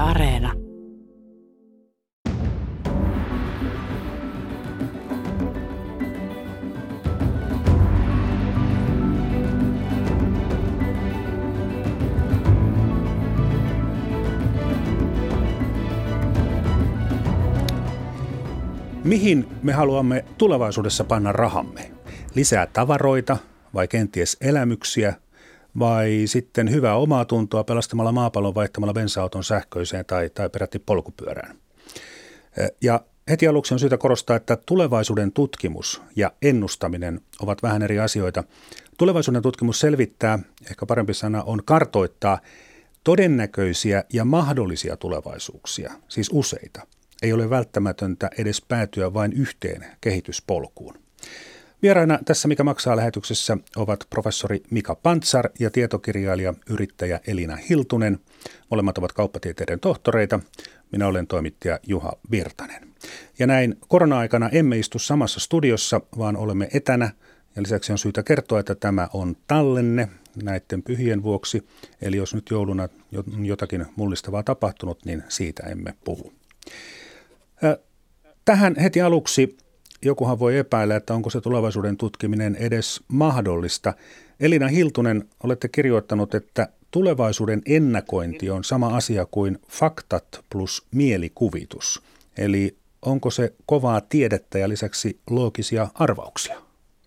Areena. Mihin me haluamme tulevaisuudessa panna rahamme? Lisää tavaroita vai kenties elämyksiä vai sitten hyvää omaa tuntoa pelastamalla maapallon vaihtamalla bensa-auton sähköiseen tai peräti polkupyörään? Ja heti aluksi on syytä korostaa, että tulevaisuuden tutkimus ja ennustaminen ovat vähän eri asioita. Tulevaisuuden tutkimus selvittää, ehkä parempi sana on kartoittaa todennäköisiä ja mahdollisia tulevaisuuksia, siis useita. Ei ole välttämätöntä edes päätyä vain yhteen kehityspolkuun. Vieraina tässä Mikä maksaa -lähetyksessä ovat professori Mika Pantsar ja tietokirjailija, yrittäjä Elina Hiltunen. Molemmat ovat kauppatieteiden tohtoreita. Minä olen toimittaja Juha Virtanen. Ja näin korona-aikana emme istu samassa studiossa, vaan olemme etänä. Ja lisäksi on syytä kertoa, että tämä on tallenne näiden pyhien vuoksi. Eli jos nyt jouluna on jotakin mullistavaa tapahtunut, niin siitä emme puhu. Tähän heti aluksi jokuhan voi epäillä, että onko se tulevaisuuden tutkiminen edes mahdollista. Elina Hiltunen, olette kirjoittanut, että tulevaisuuden ennakointi on sama asia kuin faktat plus mielikuvitus. Eli onko se kovaa tiedettä ja lisäksi loogisia arvauksia?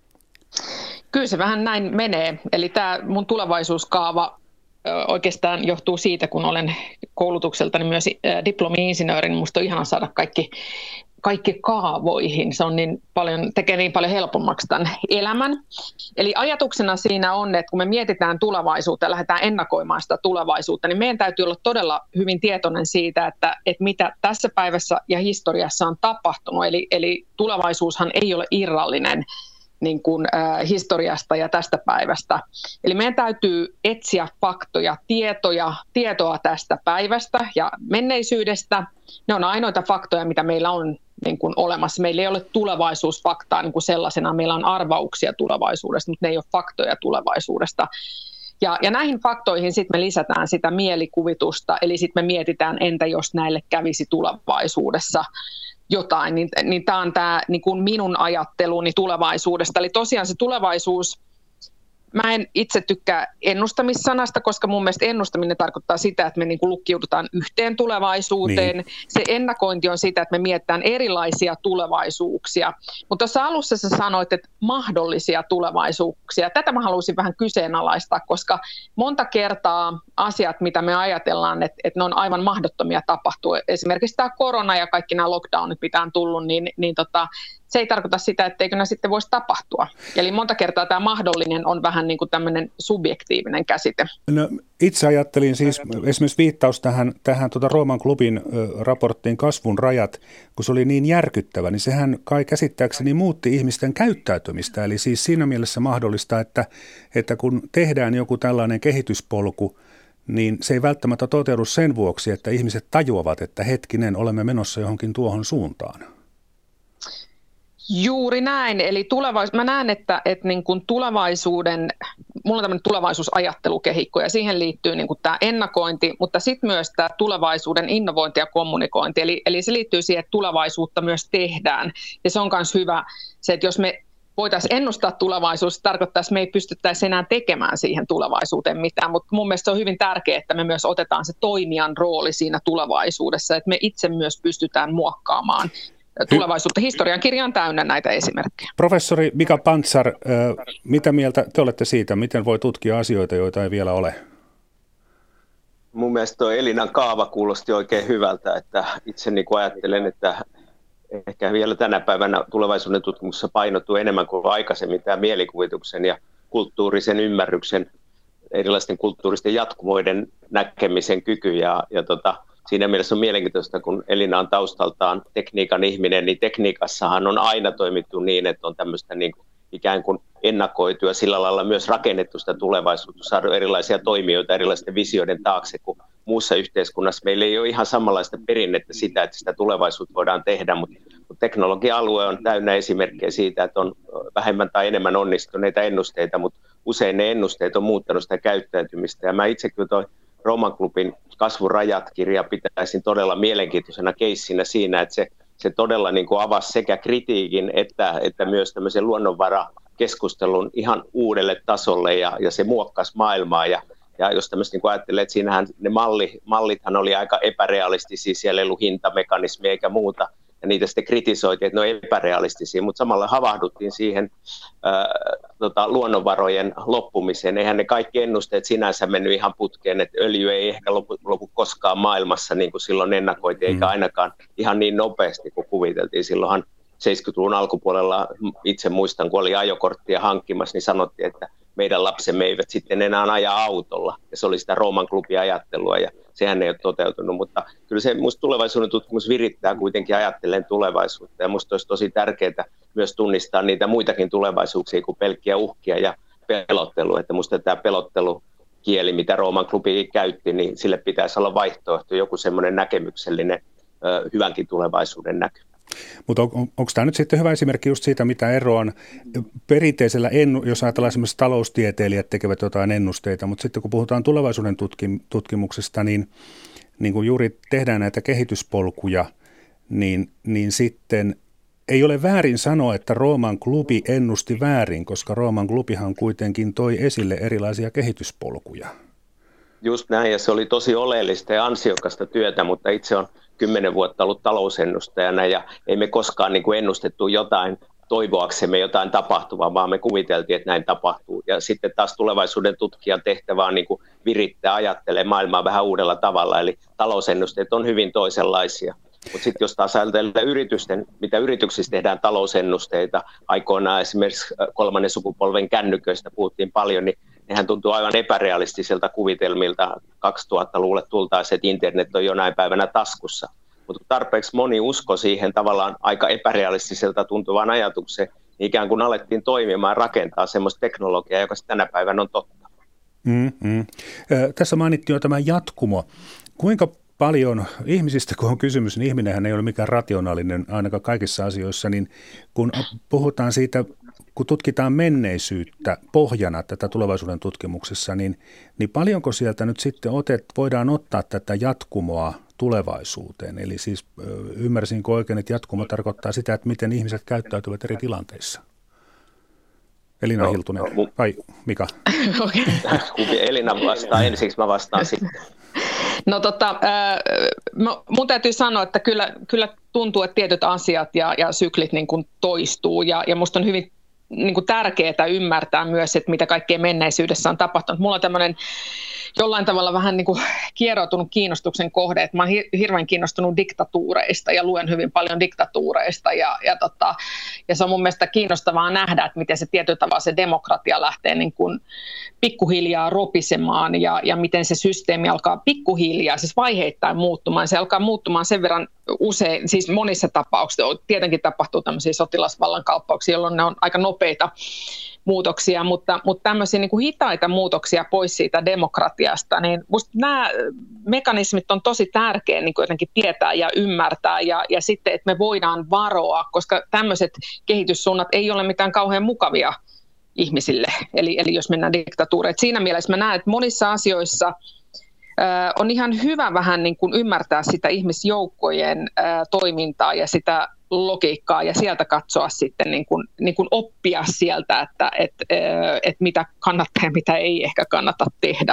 Kyllä se vähän näin menee. Eli tämä mun tulevaisuuskaava oikeastaan johtuu siitä, kun olen koulutukseltani myös diplomi-insinööri, niin musta on ihana saada kaikki kaavoihin. Se on tekee niin paljon helpommaksi tämän elämän. Eli ajatuksena siinä on, että kun me mietitään tulevaisuutta ja lähdetään ennakoimaan sitä tulevaisuutta, niin meidän täytyy olla todella hyvin tietoinen siitä, että mitä tässä päivässä ja historiassa on tapahtunut. Eli tulevaisuushan ei ole irrallinen niin kuin historiasta ja tästä päivästä. Eli meidän täytyy etsiä faktoja, tietoa tästä päivästä ja menneisyydestä. Ne on ainoita faktoja, mitä meillä on niin kuin olemassa. Meillä ei ole tulevaisuusfaktaa niin kuin sellaisena. Meillä on arvauksia tulevaisuudesta, mutta ne ei ole faktoja tulevaisuudesta. Ja näihin faktoihin sitten me lisätään sitä mielikuvitusta, eli sitten me mietitään, entä jos näille kävisi tulevaisuudessa jotain, niin tämä on tämä niin kuin minun ajatteluni tulevaisuudesta. Eli tosiaan se tulevaisuus, mä en itse tykkää ennustamissanasta, koska mun mielestä ennustaminen tarkoittaa sitä, että me niin kuin lukkiudutaan yhteen tulevaisuuteen. Niin. Se ennakointi on sitä, että me mietitään erilaisia tulevaisuuksia. Mutta tuossa alussa sä sanoit, että mahdollisia tulevaisuuksia. Tätä mä haluaisin vähän kyseenalaistaa, koska monta kertaa asiat, mitä me ajatellaan, että ne on aivan mahdottomia tapahtua. Esimerkiksi tämä korona ja kaikki nämä lockdownit, mitä on tullut, se ei tarkoita sitä, etteikö ne sitten voisi tapahtua. Eli monta kertaa tämä mahdollinen on vähän niin kuin tämmöinen subjektiivinen käsite. No, itse ajattelin siis esimerkiksi viittaus tähän Rooman klubin raporttiin Kasvun rajat, kun se oli niin järkyttävä, niin sehän kai käsittääkseni muutti ihmisten käyttäytymistä. Eli siis siinä mielessä mahdollista, että kun tehdään joku tällainen kehityspolku, niin se ei välttämättä toteudu sen vuoksi, että ihmiset tajuavat, että hetkinen, olemme menossa johonkin tuohon suuntaan. Juuri näin. Eli mä näen, että niin kuin mulla on tämmöinen tulevaisuusajattelukehikko ja siihen liittyy niin kuin tämä ennakointi, mutta sitten myös tämä tulevaisuuden innovointi ja kommunikointi. Eli se liittyy siihen, että tulevaisuutta myös tehdään. Ja se on myös hyvä se, että jos me voitaisiin ennustaa tulevaisuus, se tarkoittaa, että me ei pystyttäisi enää tekemään siihen tulevaisuuteen mitään, mutta mun mielestä se on hyvin tärkeää, että me myös otetaan se toimijan rooli siinä tulevaisuudessa, että me itse myös pystytään muokkaamaan tulevaisuutta. Historiankirja on täynnä näitä esimerkkejä. Professori Mika Pantsar, mitä mieltä te olette siitä, miten voi tutkia asioita, joita ei vielä ole? Mun mielestä tuo Elinan kaava kuulosti oikein hyvältä, että itse niin kuin ajattelen, että ehkä vielä tänä päivänä tulevaisuuden tutkimuksessa painottuu enemmän kuin aikaisemmin tämä mielikuvituksen ja kulttuurisen ymmärryksen, erilaisten kulttuuristen jatkumoiden näkemisen kyky siinä mielessä on mielenkiintoista, kun Elina on taustaltaan tekniikan ihminen, niin tekniikassahan on aina toimittu niin, että on tämmöistä niin kuin ikään kuin ennakoitua, sillä lailla myös rakennettu sitä tulevaisuutta, saada erilaisia toimijoita erilaisten visioiden taakse, kun muussa yhteiskunnassa meillä ei ole ihan samanlaista perinnettä sitä, että sitä tulevaisuutta voidaan tehdä, mutta teknologia-alue on täynnä esimerkkejä siitä, että on vähemmän tai enemmän onnistuneita ennusteita, mutta usein ne ennusteet on muuttanut sitä käyttäytymistä, ja mä itse kyllä Rooman klubin Kasvurajat-kirja pitäisin todella mielenkiintoisena keissinä siinä, että se todella niin kuin avasi sekä kritiikin että myös tämmöisen luonnonvarakeskustelun ihan uudelle tasolle ja se muokkasi maailmaa. Ja jos tämmöistä niin ajattelee, että siinähän ne mallithan oli aika epärealistisia, siellä ei ollut hintamekanismia eikä muuta, ja niitä sitten kritisoitiin, että ne on epärealistisia, mutta samalla havahduttiin siihen luonnonvarojen loppumiseen. Eihän ne kaikki ennusteet sinänsä mennyt ihan putkeen, että öljy ei ehkä lopu koskaan maailmassa, niin kuin silloin ennakoitiin, eikä ainakaan ihan niin nopeasti kuin kuviteltiin. Silloinhan 70-luvun alkupuolella, itse muistan, kun oli ajokorttia hankkimassa, niin sanottiin, että meidän lapsemme eivät sitten enää aja autolla. Ja se oli sitä Rooman klubin ajattelua, ja sehän ei ole toteutunut. Mutta kyllä se minusta tulevaisuuden tutkimus virittää kuitenkin ajattelen tulevaisuutta. Ja minusta olisi tosi tärkeää myös tunnistaa niitä muitakin tulevaisuuksia kuin pelkkiä uhkia ja pelottelua. Että minusta tämä pelottelukieli, mitä Rooman klubi käytti, niin sille pitäisi olla vaihtoehto, joku semmoinen näkemyksellinen hyvänkin tulevaisuuden näky. Mutta onko tämä nyt sitten hyvä esimerkki just siitä, mitä ero on perinteisellä, jos ajatellaan esimerkiksi taloustieteilijät tekevät jotain ennusteita, mutta sitten kun puhutaan tulevaisuuden tutkimuksesta, niin kun juuri tehdään näitä kehityspolkuja, niin sitten ei ole väärin sanoa, että Rooman klubi ennusti väärin, koska Rooman klubihan kuitenkin toi esille erilaisia kehityspolkuja. Just näin, ja se oli tosi oleellista ja ansiokasta työtä, mutta itse on 10 vuotta ollut talousennustajana ja ei me koskaan niin kuin ennustettu jotain toivoaksemme jotain tapahtuvaa, vaan me kuviteltiin, että näin tapahtuu. Ja sitten taas tulevaisuuden tutkijan tehtävä on niin kuin virittää, ajattelee maailmaa vähän uudella tavalla, eli talousennusteet on hyvin toisenlaisia. Mutta sitten jos taas ajatellaan mitä yrityksissä tehdään talousennusteita, aikoinaan esimerkiksi 3. sukupolven kännyköistä puhuttiin paljon, niin nehän tuntuu aivan epärealistiselta kuvitelmilta 2000-luvulle tultaessa, että internet on jonain päivänä taskussa. Mutta tarpeeksi moni usko siihen tavallaan aika epärealistiselta tuntuvaan ajatukseen, niin ikään kuin alettiin toimimaan, rakentaa semmoista teknologiaa, joka tänä päivänä on totta. Tässä mainittiin jo tämä jatkumo. Kuinka paljon ihmisistä, kun on kysymys, niin ihminenhän ei ole mikään rationaalinen ainakaan kaikissa asioissa, niin kun puhutaan siitä, kun tutkitaan menneisyyttä pohjana tätä tulevaisuuden tutkimuksessa, niin paljonko sieltä nyt sitten voidaan ottaa tätä jatkumoa tulevaisuuteen? Eli siis ymmärsinkö oikein, että jatkumo tarkoittaa sitä, että miten ihmiset käyttäytyvät eri tilanteissa? Elina Hiltunen vai Mika? Elina vastaa ensiksi, mä vastaan sitten. No mun täytyy sanoa, että kyllä tuntuu, että tietyt asiat ja syklit niin kuin toistuu ja musta on hyvin niin kuin tärkeää ymmärtää myös, että mitä kaikkea menneisyydessä on tapahtunut. Mulla on tämmöinen jollain tavalla vähän niin kuin kieroutunut kiinnostuksen kohde, että mä oon hirveän kiinnostunut diktatuureista ja luen hyvin paljon diktatuureista ja se on mun mielestä kiinnostavaa nähdä, että miten se tietyllä tavalla se demokratia lähtee niin kuin pikkuhiljaa ropisemaan ja miten se systeemi alkaa pikkuhiljaa, siis vaiheittain muuttumaan. Se alkaa muuttumaan sen verran usein, siis monissa tapauksissa, tietenkin tapahtuu tämmöisiä sotilasvallankaappauksia, jolloin ne on aika nopeita muutoksia, mutta tämmöisiä niin kuin hitaita muutoksia pois siitä demokratiasta, niin musta nämä mekanismit on tosi tärkeä niin kuin jotenkin tietää ja ymmärtää ja sitten, että me voidaan varoa, koska tämmöiset kehityssuunnat ei ole mitään kauhean mukavia ihmisille, eli jos mennään diktatuuriin. Siinä mielessä mä näen, että monissa asioissa on ihan hyvä vähän niin kuin ymmärtää sitä ihmisjoukkojen toimintaa ja sitä logiikkaa ja sieltä katsoa sitten niin kuin oppia sieltä, että mitä kannattaa ja mitä ei ehkä kannata tehdä.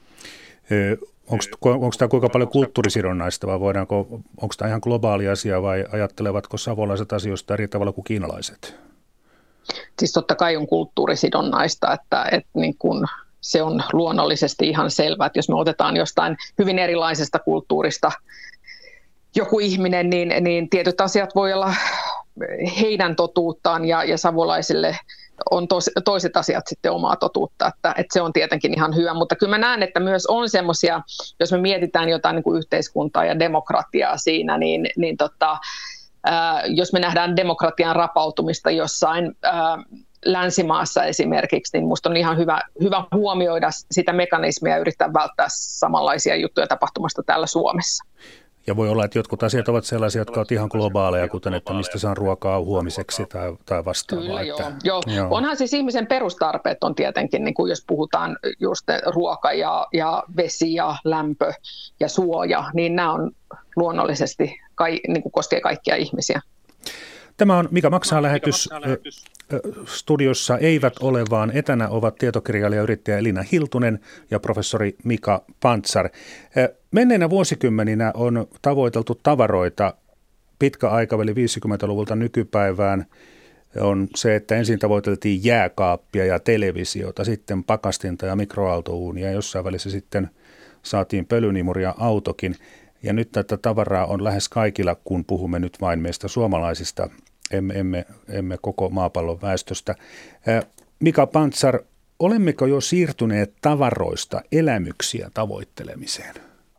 Onko tämä kuinka paljon kulttuurisidonnaista vai onko tämä ihan globaali asia vai ajattelevatko savolaiset asioista eri tavalla kuin kiinalaiset? Siis totta kai on kulttuurisidonnaista, että niin kuin se on luonnollisesti ihan selvää, että jos me otetaan jostain hyvin erilaisesta kulttuurista joku ihminen, niin tietyt asiat voi olla heidän totuuttaan ja savolaisille on toiset asiat sitten omaa totuutta, että se on tietenkin ihan hyvä, mutta kyllä mä näen, että myös on semmoisia, jos me mietitään jotain niin kuin yhteiskuntaa ja demokratiaa siinä, niin jos me nähdään demokratian rapautumista jossain länsimaassa esimerkiksi, niin musta on ihan hyvä huomioida sitä mekanismia ja yrittää välttää samanlaisia juttuja tapahtumasta täällä Suomessa. Ja voi olla, että jotkut asiat ovat sellaisia, jotka ovat ihan globaaleja, kuten että mistä saan ruokaa huomiseksi tai vastaavaa. Kyllä, että, joo. Onhan siis ihmisen perustarpeet on tietenkin, niin kuin jos puhutaan just ruoka ja vesi ja lämpö ja suoja, niin nämä on luonnollisesti, niin kuin koskee kaikkia ihmisiä. Tämä on Mikä maksaa -lähetys. Studiossa eivät ole, vaan etänä ovat tietokirjailija yrittäjä Elina Hiltunen ja professori Mika Pantsar. Menneinä vuosikymmeninä on tavoiteltu tavaroita pitkä aikaväli 50-luvulta nykypäivään. On se, että ensin tavoiteltiin jääkaappia ja televisiota, sitten pakastinta ja mikroaaltouunia ja jossain välissä sitten saatiin pölynimuri ja autokin. Ja nyt tätä tavaraa on lähes kaikilla, kun puhumme nyt vain meistä suomalaisista, emme koko maapallon väestöstä. Mika Pantsar, olemmeko jo siirtyneet tavaroista elämyksiä tavoittelemiseen?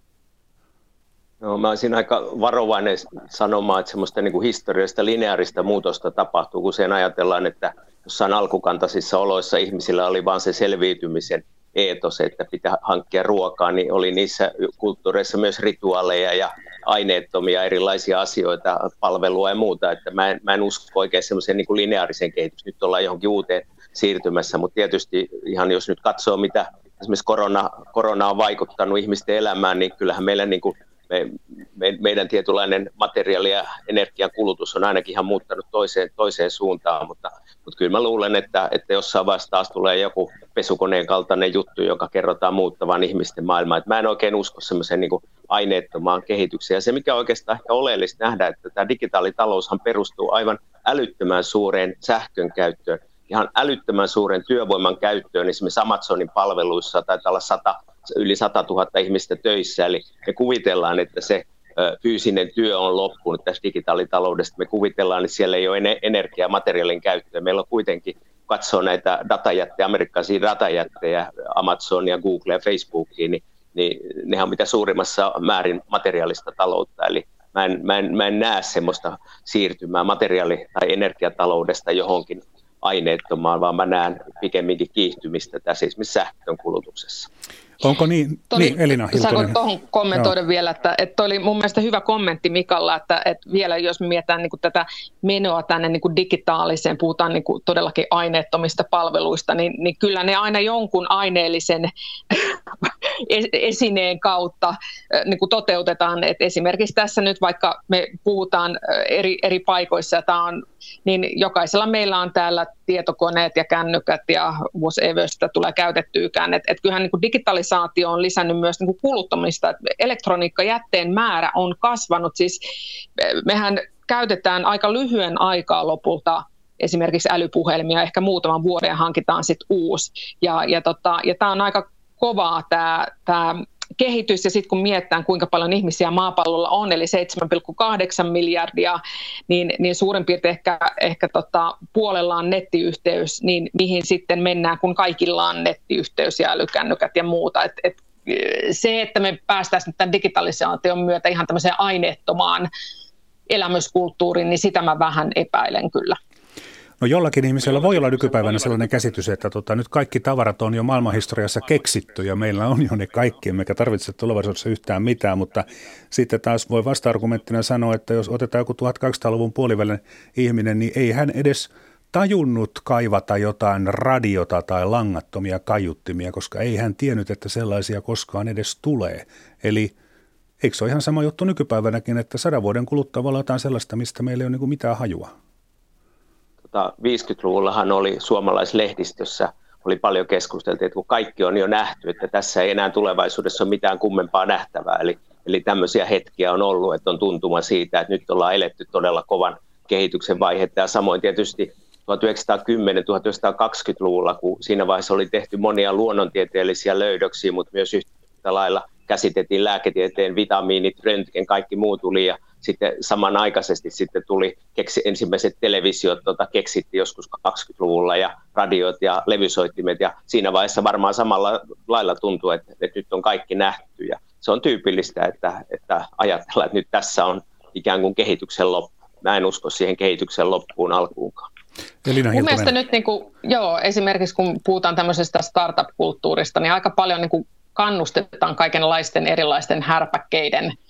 No, mä olisin aika varovainen sanomaan, että semmoista niin kuin historiallista lineaarista muutosta tapahtuu, kun sen ajatellaan, että jossain alkukantaisissa oloissa ihmisillä oli vain se selviytymisen eetos, että pitää hankkia ruokaa, niin oli niissä kulttuureissa myös rituaaleja ja aineettomia erilaisia asioita, palvelua ja muuta, että mä en usko oikein semmoiseen niin kuin lineaariseen kehitykseen. Nyt ollaan johonkin uuteen siirtymässä, mutta tietysti ihan jos nyt katsoo, mitä esimerkiksi korona on vaikuttanut ihmisten elämään, niin kyllähän meillä niin kuin meidän tietynlainen materiaali- ja energian kulutus on ainakin ihan muuttanut toiseen suuntaan, mutta kyllä mä luulen, että jossain vaiheessa taas tulee joku pesukoneen kaltainen juttu, joka kerrotaan muuttavan ihmisten maailmaa. Et mä en oikein usko semmoiseen niin kuin aineettomaan kehitykseen. Ja se, mikä on oikeastaan ehkä oleellista nähdä, että tämä digitaalitaloushan perustuu aivan älyttömän suureen sähkön käyttöön, ihan älyttömän suuren työvoiman käyttöön. Esimerkiksi Amazonin palveluissa taitaa olla yli 100 000 ihmistä töissä, eli me kuvitellaan, että se fyysinen työ on loppunut tässä digitaalitaloudesta. Me kuvitellaan, että siellä ei ole energiaa ja materiaalin käyttöä. Meillä on kuitenkin, katsoo näitä datajättejä, amerikkalaisia datajättejä, Amazonia, Google ja Facebookia, niin nehän on mitä suurimmassa määrin materiaalista taloutta. Eli mä en näe semmoista siirtymää materiaali- tai energiataloudesta johonkin aineettomaan, vaan mä näen pikemminkin kiihtymistä tässä esimerkiksi sähkön kulutuksessa. Onko niin, Elina Hiltunen? Saanko tuohon kommentoida vielä, että oli mun mielestä hyvä kommentti Mikalla, että vielä jos me mietitään niin kuin tätä menoa tänne niin kuin digitaaliseen, puhutaan niin kuin todellakin aineettomista palveluista, niin kyllä ne aina jonkun aineellisen esineen kautta niin kuin toteutetaan. Et esimerkiksi tässä nyt vaikka me puhutaan eri paikoissa, ja tämä on, niin jokaisella meillä on täällä tietokoneet ja kännykät ja whatever sitä tulee käytettyykään. Et kyllähän niin kuin digitalisaatio on lisännyt myös niin kuin kuluttamista. Elektroniikkajätteen määrä on kasvanut. Siis mehän käytetään aika lyhyen aikaa lopulta esimerkiksi älypuhelimia, ehkä muutaman vuoden hankitaan sitten uusi. Ja tämä on aika kovaa tämä kehitys, ja sitten kun mietitään, kuinka paljon ihmisiä maapallolla on, eli 7,8 miljardia, niin suurin piirtein ehkä puolella on nettiyhteys, niin mihin sitten mennään, kun kaikilla on nettiyhteys ja älykännykät ja muuta. Se, että me päästäisiin tämän digitalisaation myötä ihan tämmöiseen aineettomaan elämyskulttuuriin, niin sitä mä vähän epäilen kyllä. No jollakin ihmisellä voi olla nykypäivänä sellainen käsitys, että nyt kaikki tavarat on jo maailmanhistoriassa keksitty ja meillä on jo ne kaikki, emmekä tarvitse tulevaisuudessa yhtään mitään, mutta sitten taas voi vasta-argumenttina sanoa, että jos otetaan joku 1800-luvun puolivälin ihminen, niin ei hän edes tajunnut kaivata jotain radiota tai langattomia kaiuttimia, koska ei hän tiennyt, että sellaisia koskaan edes tulee. Eli eikö se ole ihan sama juttu nykypäivänäkin, että 100 vuoden kuluttua voi olla jotain sellaista, mistä meillä ei ole niin mitään hajua? 50-luvullahan oli suomalaislehdistössä, oli paljon keskusteltu, että kun kaikki on jo nähty, että tässä ei enää tulevaisuudessa ole mitään kummempaa nähtävää. Eli tämmöisiä hetkiä on ollut, että on tuntuma siitä, että nyt ollaan eletty todella kovan kehityksen vaihetta. Ja samoin tietysti 1910-1920-luvulla, kun siinä vaiheessa oli tehty monia luonnontieteellisiä löydöksiä, mutta myös yhtä lailla käsitettiin lääketieteen vitamiinit, röntgen, kaikki muu tuli, ja sitten samanaikaisesti sitten tuli ensimmäiset televisiot, keksittiin joskus 20-luvulla, ja radiot ja levysoittimet, ja siinä vaiheessa varmaan samalla lailla tuntuu, että nyt on kaikki nähty, ja se on tyypillistä, että ajatellaan, että nyt tässä on ikään kuin kehityksen loppu. Mä en usko siihen kehityksen loppuun alkuunkaan. Mun mielestä nyt esimerkiksi kun puhutaan tämmöisestä startup-kulttuurista, niin aika paljon kannustetaan kaikenlaisten erilaisten härpäkkeiden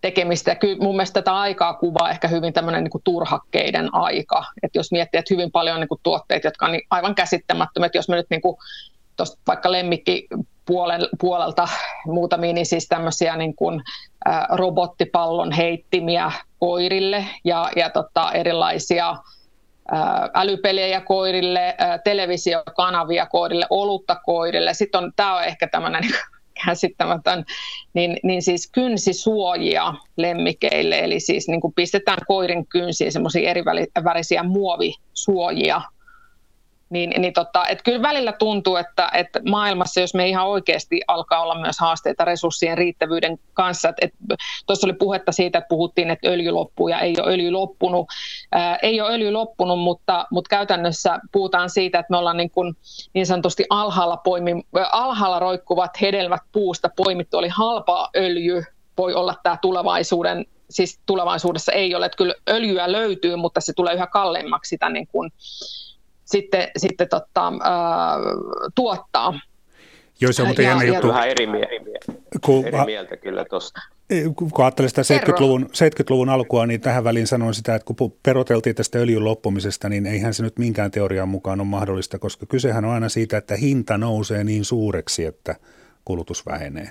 tekemistä. Ja kyllä mun mielestä tätä aikaa kuvaa ehkä hyvin tämmöinen niin kuin turhakkeiden aika. Että jos miettii, että hyvin paljon niin kuin tuotteita, jotka on aivan käsittämättömät, jos me nyt niin kuin tuosta vaikka lemmikkipuolelta muutamia, niin siis tämmöisiä niin kuin, robottipallon heittimiä koirille ja erilaisia älypelejä koirille, televisiokanavia koirille, olutta koirille. Sitten tämä on ehkä tämmöinen käsittämätön, niin siis kynsisuojia lemmikeille, eli siis niin kuin pistetään koirin kynsiin semmoisia eri värisiä muovisuojia. Että kyllä välillä tuntuu, että maailmassa, jos me ihan oikeasti alkaa olla myös haasteita resurssien riittävyyden kanssa, tuossa oli puhetta siitä, että puhuttiin, että öljy loppuu ja ei ole öljy loppunut. Ei ole öljy loppunut, mutta käytännössä puhutaan siitä, että me ollaan niin sanotusti alhaalla roikkuvat hedelmät puusta poimittu, oli halpaa öljy, voi olla tämä tulevaisuudessa ei ole, että kyllä öljyä löytyy, mutta se tulee yhä kalleimmaksi sitä niin kuin sitten tuottaa. Joo, se on muuten jännä juttu. Vähän eri mieltä kyllä tuosta. Kun ajattelin sitä 70-luvun alkua, niin tähän väliin sanoin sitä, että kun peroteltiin tästä öljyn loppumisesta, niin eihän se nyt minkään teorian mukaan ole mahdollista, koska kysehän on aina siitä, että hinta nousee niin suureksi, että kulutus vähenee.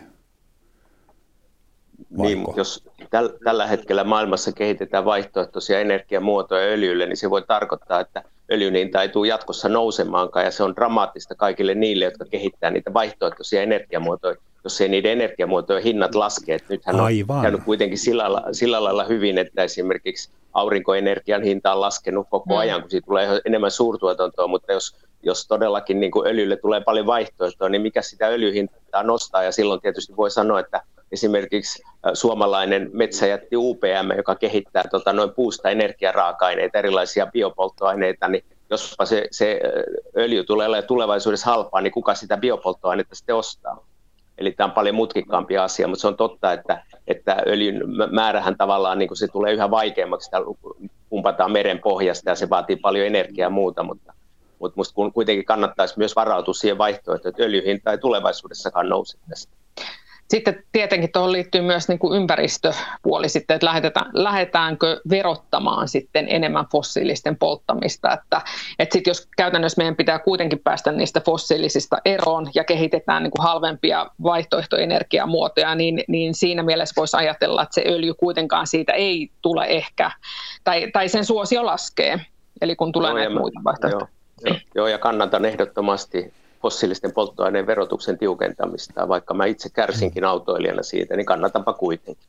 Niin, jos tällä hetkellä maailmassa kehitetään vaihtoehtoisia energiamuotoja öljylle, niin se voi tarkoittaa, että öljyn hinta ei tule jatkossa nousemaankaan, ja se on dramaattista kaikille niille, jotka kehittää niitä vaihtoehtoisia energiamuotoja, jos ei niiden energiamuotojen hinnat laske. Nythän on käynyt kuitenkin sillä lailla hyvin, että esimerkiksi aurinkoenergian hinta on laskenut koko ajan, kun siitä tulee enemmän suurtuotantoa, mutta jos todellakin niin kuin öljylle tulee paljon vaihtoehtoja, niin mikä sitä öljyhintaa nostaa, ja silloin tietysti voi sanoa, että esimerkiksi suomalainen metsäjätti UPM, joka kehittää noin puusta energiaraaka-aineita, erilaisia biopolttoaineita, niin jospa se öljy tulee olemaan tulevaisuudessa halpaa, niin kuka sitä biopolttoainetta sitten ostaa? Eli tämä on paljon mutkikkaampi asia, mutta se on totta, että öljyn määrähän tavallaan niin se tulee yhä vaikeammaksi, sitä pumpataan meren pohjasta ja se vaatii paljon energiaa ja muuta, mutta minusta kuitenkin kannattaisi myös varautua siihen vaihtoehtoon, että öljyhinta ei tulevaisuudessakaan nouse tästä. Sitten tietenkin tuohon liittyy myös niin kuin ympäristöpuoli sitten, että lähdetäänkö verottamaan sitten enemmän fossiilisten polttamista, että sitten jos käytännössä meidän pitää kuitenkin päästä niistä fossiilisista eroon ja kehitetään niin kuin halvempia vaihtoehtoenergiamuotoja, niin siinä mielessä voisi ajatella, että se öljy kuitenkaan siitä ei tule ehkä, tai sen suosio laskee, eli kun tulee näitä muita vaihtoehtoja. Joo, ja kannatan ehdottomasti fossiilisten polttoaineen verotuksen tiukentamista, vaikka mä itse kärsinkin autoilijana siitä, niin kannatanpa kuitenkin.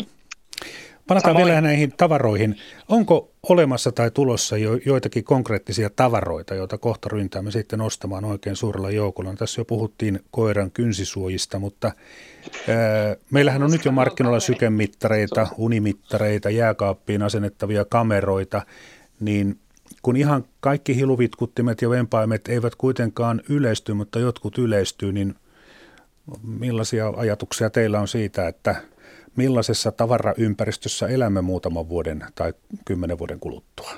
Palataan vielä näihin tavaroihin. Onko olemassa tai tulossa joitakin konkreettisia tavaroita, joita kohta ryntäämme sitten ostamaan oikein suurella joukolla? Tässä jo puhuttiin koiran kynsisuojista, mutta meillähän on nyt jo markkinoilla sykemittareita, unimittareita, jääkaappiin asennettavia kameroita, niin kun ihan kaikki hiluvitkuttimet ja vempaimet eivät kuitenkaan yleisty, mutta jotkut yleistyy, niin millaisia ajatuksia teillä on siitä, että millaisessa tavaraympäristössä elämme muutaman vuoden tai 10 vuoden kuluttua?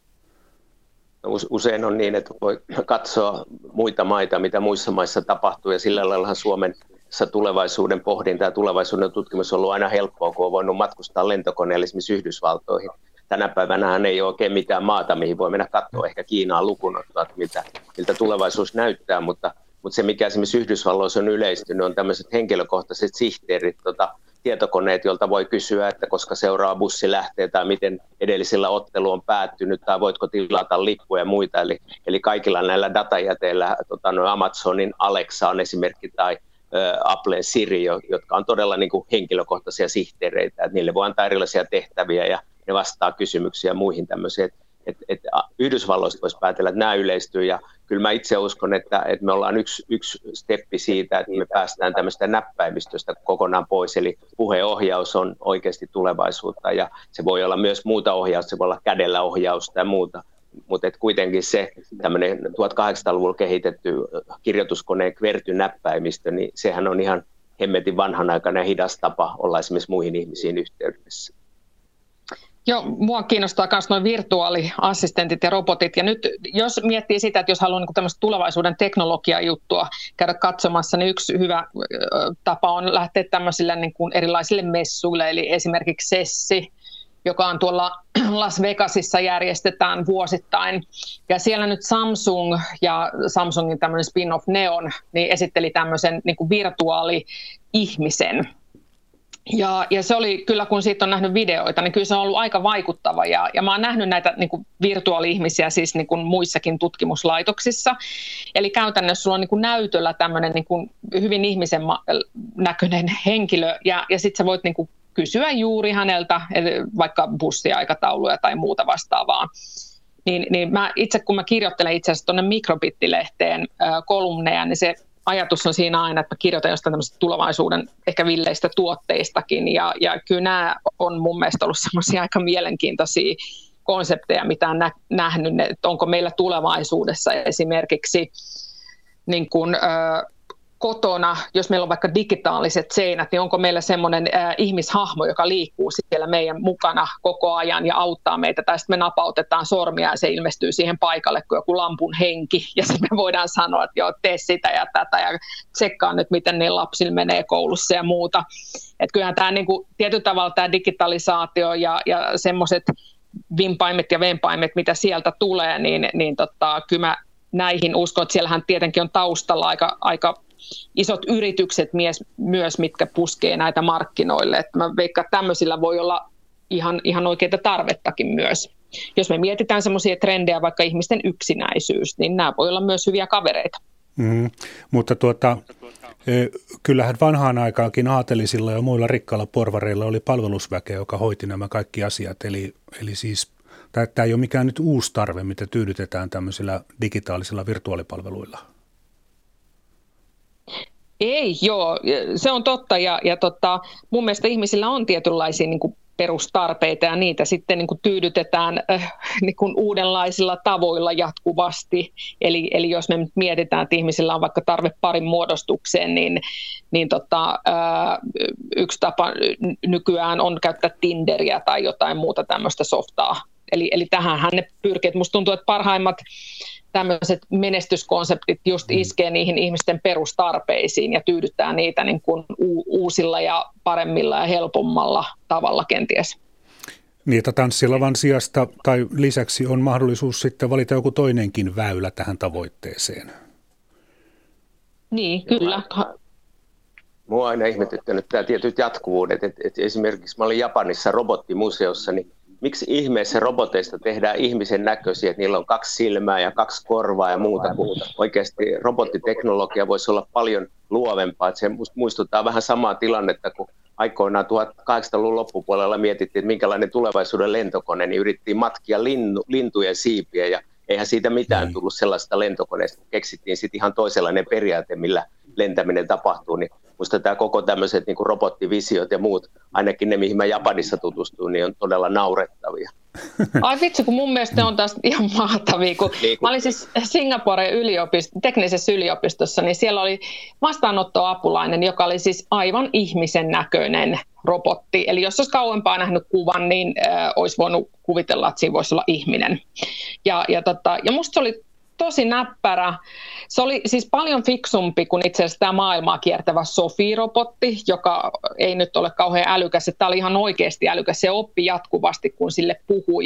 Usein on niin, että voi katsoa muita maita, mitä muissa maissa tapahtuu, ja sillä laillahan Suomessa tulevaisuuden pohdinta ja tulevaisuuden tutkimus on ollut aina helppoa, kun on voinut matkustaa lentokoneella esimerkiksi Yhdysvaltoihin. Tänä päivänähän ei ole oikein mitään maata, mihin voi mennä katsoa, ehkä Kiinaa lukuun ottaa, miltä tulevaisuus näyttää, mutta se, mikä esimerkiksi Yhdysvalloissa on yleistynyt, on tämmöiset henkilökohtaiset sihteerit, tietokoneet, joilta voi kysyä, että koska seuraava bussi lähtee tai miten edellisellä ottelu on päättynyt tai voitko tilata lippuja ja muita. Eli kaikilla näillä datajäteillä Amazonin Alexa on esimerkki tai Applen Siri, jotka on todella niin kuin henkilökohtaisia sihteereitä. Että niille voi antaa erilaisia tehtäviä ja ne vastaa kysymyksiä ja muihin tämmöisiin. Että Yhdysvalloista voisi päätellä, että nämä yleistyy, ja kyllä mä itse uskon, että me ollaan yksi steppi siitä, että me päästään tämmöistä näppäimistöstä kokonaan pois, eli puheohjaus on oikeasti tulevaisuutta, ja se voi olla myös muuta ohjausta, se voi olla kädellä ohjausta ja muuta, mutta kuitenkin se tämmöinen 1800-luvulla kehitetty kirjoituskoneen kvertynäppäimistö, niin sehän on ihan hemmetin vanhanaikainen ja hidas tapa olla esimerkiksi muihin ihmisiin yhteydessä. Joo, mua kiinnostaa myös nuo virtuaaliassistentit ja robotit. Ja nyt jos miettii sitä, että jos haluaa niin tämmöistä tulevaisuuden teknologiajuttua käydä katsomassa, niin yksi hyvä tapa on lähteä tämmöisille niin kuin erilaisille messuille, eli esimerkiksi Sessi, joka on tuolla Las Vegasissa, järjestetään vuosittain. Ja siellä nyt Samsung ja Samsungin tämmöinen spin-off Neon niin esitteli tämmöisen niin kuin virtuaali-ihmisen. Ja se oli kyllä, kun siitä on nähnyt videoita, niin kyllä se on ollut aika vaikuttava. Ja mä oon nähnyt näitä niin kuin virtuaali-ihmisiä siis niin kuin muissakin tutkimuslaitoksissa. Eli käytännössä sulla on niin kuin näytöllä tämmöinen niin kuin hyvin ihmisen näköinen henkilö, ja sitten sä voit niin kuin kysyä juuri häneltä vaikka bussiaikatauluja tai muuta vastaavaa. Niin mä itse, kun mä kirjoittelen itse asiassa tuonne Mikrobittilehteen kolumneja, niin se ajatus on siinä aina, että mä kirjoitan jostain tämmöistä tulevaisuuden ehkä villeistä tuotteistakin, ja kyllä nämä on mun mielestä ollut semmoisia aika mielenkiintoisia konsepteja, mitä on nähnyt, että onko meillä tulevaisuudessa esimerkiksi niin kuin, kotona, jos meillä on vaikka digitaaliset seinät, niin onko meillä semmoinen ihmishahmo, joka liikkuu siellä meidän mukana koko ajan ja auttaa meitä, tai sitten me napautetaan sormia ja se ilmestyy siihen paikalle kuin joku lampun henki, ja sitten me voidaan sanoa, että joo, tee sitä ja tätä, ja tsekkaa nyt, miten ne lapsilla menee koulussa ja muuta. Että kyllähän tämä niin kuin, tietyllä tavalla tämä digitalisaatio ja semmoiset vimpaimet ja venpaimet, mitä sieltä tulee, niin kyllä mä näihin uskon, että siellähän tietenkin on taustalla aika isot yritykset myös, mitkä puskee näitä markkinoille. Että mä veikkaan, että tämmöisillä voi olla ihan oikeita tarvettakin myös. Jos me mietitään semmoisia trendejä, vaikka ihmisten yksinäisyys, niin nämä voi olla myös hyviä kavereita. Mutta kyllähän vanhaan aikaankin aatelisilla ja muilla rikkailla porvareilla oli palvelusväkeä, joka hoiti nämä kaikki asiat. Eli siis tämä ei ole mikään nyt uusi tarve, mitä tyydytetään tämmöisillä digitaalisilla virtuaalipalveluilla. Ei, joo, se on totta, ja mun mielestä ihmisillä on tietynlaisia niin kuin perustarpeita, ja niitä sitten niin kuin tyydytetään niin kuin uudenlaisilla tavoilla jatkuvasti. Eli jos me mietitään, että ihmisillä on vaikka tarve parin muodostukseen, niin yksi tapa nykyään on käyttää Tinderiä tai jotain muuta tämmöistä softaa. Eli tähänhän ne pyrkii. Musta tuntuu, että parhaimmat tämmöiset menestyskonseptit just iskee niihin ihmisten perustarpeisiin ja tyydyttää niitä niin kuin uusilla ja paremmilla ja helpommalla tavalla kenties. Niitä tanssilavan sijasta tai lisäksi on mahdollisuus sitten valita joku toinenkin väylä tähän tavoitteeseen. Niin, kyllä. Mua on aina ihmetyttänyt tämä tietyt jatkuvuudet. Että esimerkiksi mä olin Japanissa robottimuseossa, niin miksi ihmeessä roboteista tehdään ihmisen näköisiä, että niillä on 2 silmää ja 2 korvaa ja muuta. Oikeasti robottiteknologia voisi olla paljon luovempaa. Että se muistuttaa vähän samaa tilannetta, kun aikoinaan 1800-luvun loppupuolella mietittiin, että minkälainen tulevaisuuden lentokone, niin yritettiin matkia lintujen siipiä, ja eihän siitä mitään tullut sellaista lentokoneesta, kun keksittiin sitten ihan toisenlainen periaate, millä lentäminen tapahtuu, niin musta tämä koko tämmöiset niin kuin robottivisiot ja muut, ainakin ne, mihin mä Japanissa tutustuin, niin on todella naurettavia. Ai vitsi, kun mun mielestä on taas ihan mahtavia. Mä olin siis Singaporen teknisessä yliopistossa, niin siellä oli vastaanottoapulainen, joka oli siis aivan ihmisen näköinen robotti. Eli jos olisi kauempaa nähnyt kuvan, niin olisi voinut kuvitella, että siinä voisi olla ihminen. Ja musta se oli tosi näppärä. Se oli siis paljon fiksumpi kuin itse asiassa tämä maailmaa kiertävä Sophie-robotti, joka ei nyt ole kauhean älykäs. Tämä oli ihan oikeasti älykäs. Se oppi jatkuvasti, kun sille puhui.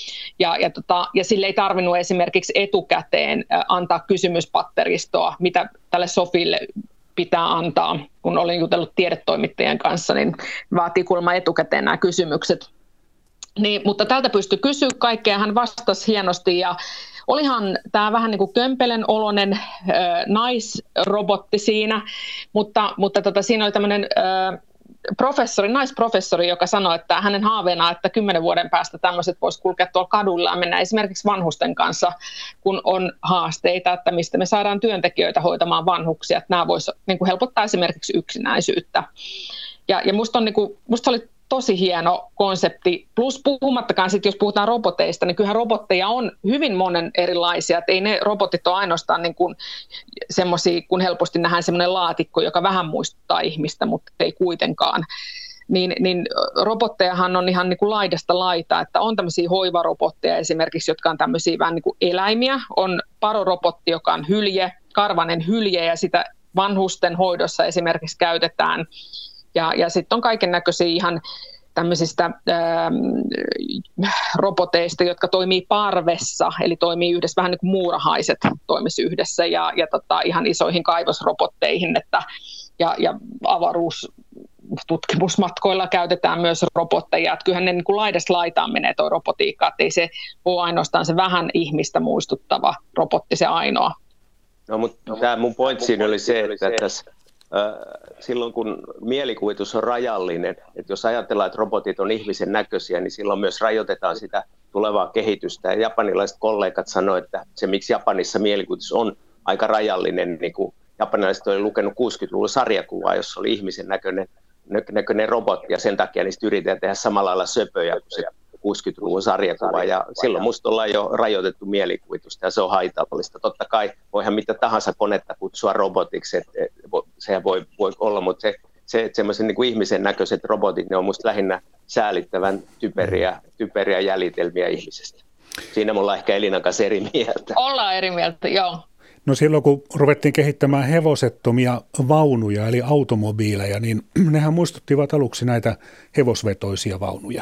Ja sille ei tarvinnut esimerkiksi etukäteen antaa kysymyspatteristoa, mitä tälle Sophielle pitää antaa. Kun olin jutellut tiedetoimittajien kanssa, niin vaatii kuulemma etukäteen nämä kysymykset. Niin, mutta tältä pystyi kysyä kaikkea. Hän vastasi hienosti, ja olihan tämä vähän niin kuin kömpelen oloinen naisrobotti siinä, mutta siinä oli tämmöinen naisprofessori, joka sanoi, että hänen haaveena, että 10 vuoden päästä tämmöiset voisi kulkea tuolla kadulla ja mennä esimerkiksi vanhusten kanssa, kun on haasteita, että mistä me saadaan työntekijöitä hoitamaan vanhuksia, että nämä voisi niin kuin helpottaa esimerkiksi yksinäisyyttä. Ja musta oli tosi hieno konsepti, plus puhumattakaan sitten, jos puhutaan roboteista, niin kyllähän robotteja on hyvin monen erilaisia, että ei ne robotit ole ainoastaan niin kuin semmoisia, kun helposti nähdään semmoinen laatikko, joka vähän muistuttaa ihmistä, mutta ei kuitenkaan. niin robottejahan on ihan niin kuin laidasta laitaa, että on tämmöisiä hoivarobotteja esimerkiksi, jotka on tämmöisiä vähän niin kuin eläimiä. On parorobotti, joka on hylje, karvanen hylje, ja sitä vanhusten hoidossa esimerkiksi käytetään. Ja sitten on kaiken näköisiä ihan tämmöisistä roboteista, jotka toimii parvessa, eli toimii yhdessä, vähän niin kuin muurahaiset toimisi yhdessä, ja ihan isoihin kaivosrobotteihin, ja avaruustutkimusmatkoilla käytetään myös robotteja. Että kyllähän ne niin kuin laidasta laitaan menee tuo robotiikka, että ei se ole ainoastaan se vähän ihmistä muistuttava robotti se ainoa. No, mutta tämä mun pointti oli se, että tässä silloin kun mielikuvitus on rajallinen, että jos ajatellaan, että robotit on ihmisen näköisiä, niin silloin myös rajoitetaan sitä tulevaa kehitystä. Ja japanilaiset kollegat sanoivat, että se miksi Japanissa mielikuvitus on aika rajallinen, niin kuin japanilaiset oli lukenut 60-luvun sarjakuvaa, jossa oli ihmisen näköinen robotti, ja sen takia niistä yritetään tehdä samalla lailla söpöjä kuin se 60-luvun sarjakuva, ja silloin musta ollaan jo rajoitettu mielikuvitusta, ja se on haitallista. Totta kai voihan mitä tahansa konetta kutsua robotiksi, sehän voi olla, mutta se että semmoisen niin kuin ihmisen näköiset robotit, ne on musta lähinnä säälittävän typeriä jäljitelmiä ihmisestä. Siinä me ollaan ehkä Elinan kanssa eri mieltä. Ollaan eri mieltä, joo. No silloin, kun ruvettiin kehittämään hevosettomia vaunuja, eli automobiileja, niin nehän muistuttivat aluksi näitä hevosvetoisia vaunuja.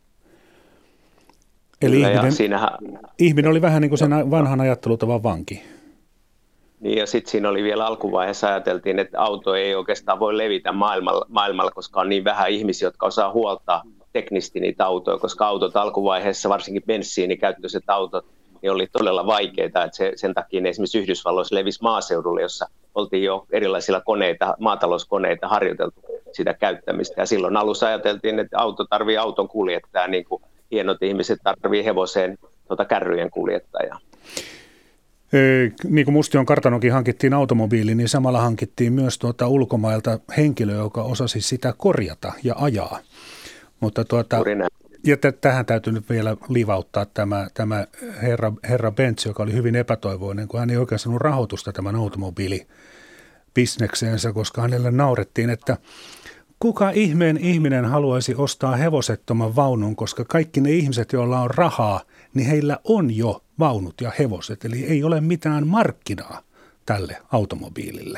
Eli ihminen oli vähän niin kuin sen vanhan ajattelutavan vanki. Niin, ja sitten siinä oli vielä alkuvaiheessa ajateltiin, että auto ei oikeastaan voi levitä maailmalla, koska on niin vähän ihmisiä, jotka osaa huoltaa teknisesti niitä autoja, koska autot alkuvaiheessa, varsinkin bensiinikäyttöiset autot, niin oli todella vaikeita, että sen takia esimerkiksi Yhdysvalloissa levisi maaseudulle, jossa oltiin jo erilaisilla maatalouskoneita harjoiteltu sitä käyttämistä. Ja silloin alussa ajateltiin, että auto tarvii auton kuljettajaa, niin kuin hienot ihmiset tarvii hevoseen kärryjen kuljettajaa. Niin kuin Mustion kartanokin hankittiin automobiili, niin samalla hankittiin myös ulkomailta henkilö, joka osasi sitä korjata ja ajaa. Mutta ja tähän täytyy nyt vielä livauttaa tämä herra Benz, joka oli hyvin epätoivoinen, kun hän ei oikein saanut rahoitusta tämän automobiilibisnekseensä, koska hänelle naurettiin, että kuka ihmeen ihminen haluaisi ostaa hevosettoman vaunun, koska kaikki ne ihmiset, joilla on rahaa, niin heillä on jo vaunut ja hevoset, eli ei ole mitään markkinaa tälle automobiilille.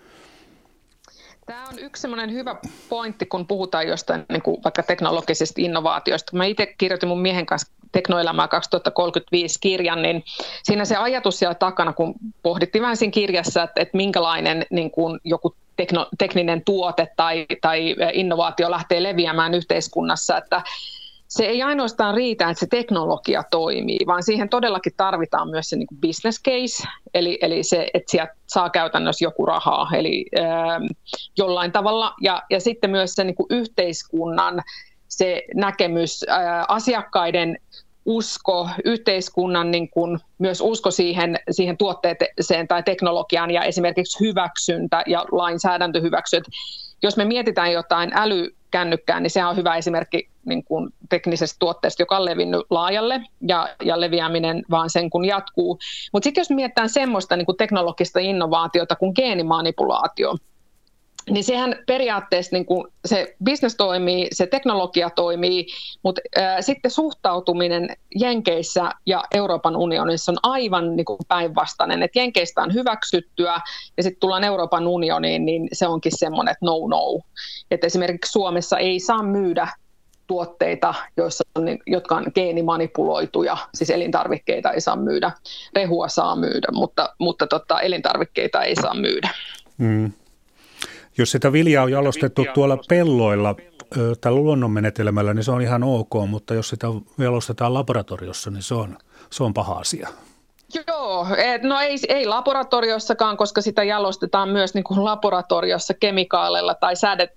Tämä on yksi semmoinen hyvä pointti, kun puhutaan jostain niin kuin vaikka teknologisesta innovaatiosta. Mä itse kirjoitin mun miehen kanssa Teknoelämää 2035 kirjan, niin siinä se ajatus siellä takana, kun pohdittiin vähän siinä kirjassa, että minkälainen niin kuin joku tekninen tuote tai innovaatio lähtee leviämään yhteiskunnassa, että se ei ainoastaan riitä, että se teknologia toimii, vaan siihen todellakin tarvitaan myös se niin kuin business case, eli se, että sieltä saa käytännössä joku rahaa, eli jollain tavalla, ja sitten myös se niin kuin yhteiskunnan se näkemys, asiakkaiden usko, yhteiskunnan niin kuin myös usko siihen tuotteeseen tai teknologiaan ja esimerkiksi hyväksyntä ja lainsäädäntöhyväksyt. Jos me mietitään jotain älykännykkää, niin sehän on hyvä esimerkki niin kuin teknisestä tuotteesta, joka on levinnyt laajalle ja leviäminen vaan sen kun jatkuu. Mutta sitten jos mietitään semmoista niin kuin teknologista innovaatiota kuin geenimanipulaatio, niin sehän periaatteessa niin kuin se business toimii, se teknologia toimii, mutta sitten suhtautuminen Jenkeissä ja Euroopan unionissa on aivan niin kuin päinvastainen. Et Jenkeistä on hyväksyttyä ja sitten tullaan Euroopan unioniin, niin se onkin semmoinen, että no. Et esimerkiksi Suomessa ei saa myydä tuotteita, jotka on geenimanipuloituja, siis elintarvikkeita ei saa myydä. Rehua saa myydä, mutta elintarvikkeita ei saa myydä. Mm. Jos sitä viljaa on jalostettu tuolla pelloilla tällä luonnonmenetelmällä, niin se on ihan ok, mutta jos sitä jalostetaan laboratoriossa, niin se on paha asia. Joo, no ei laboratoriossakaan, koska sitä jalostetaan myös niin kuin laboratoriossa kemikaaleilla tai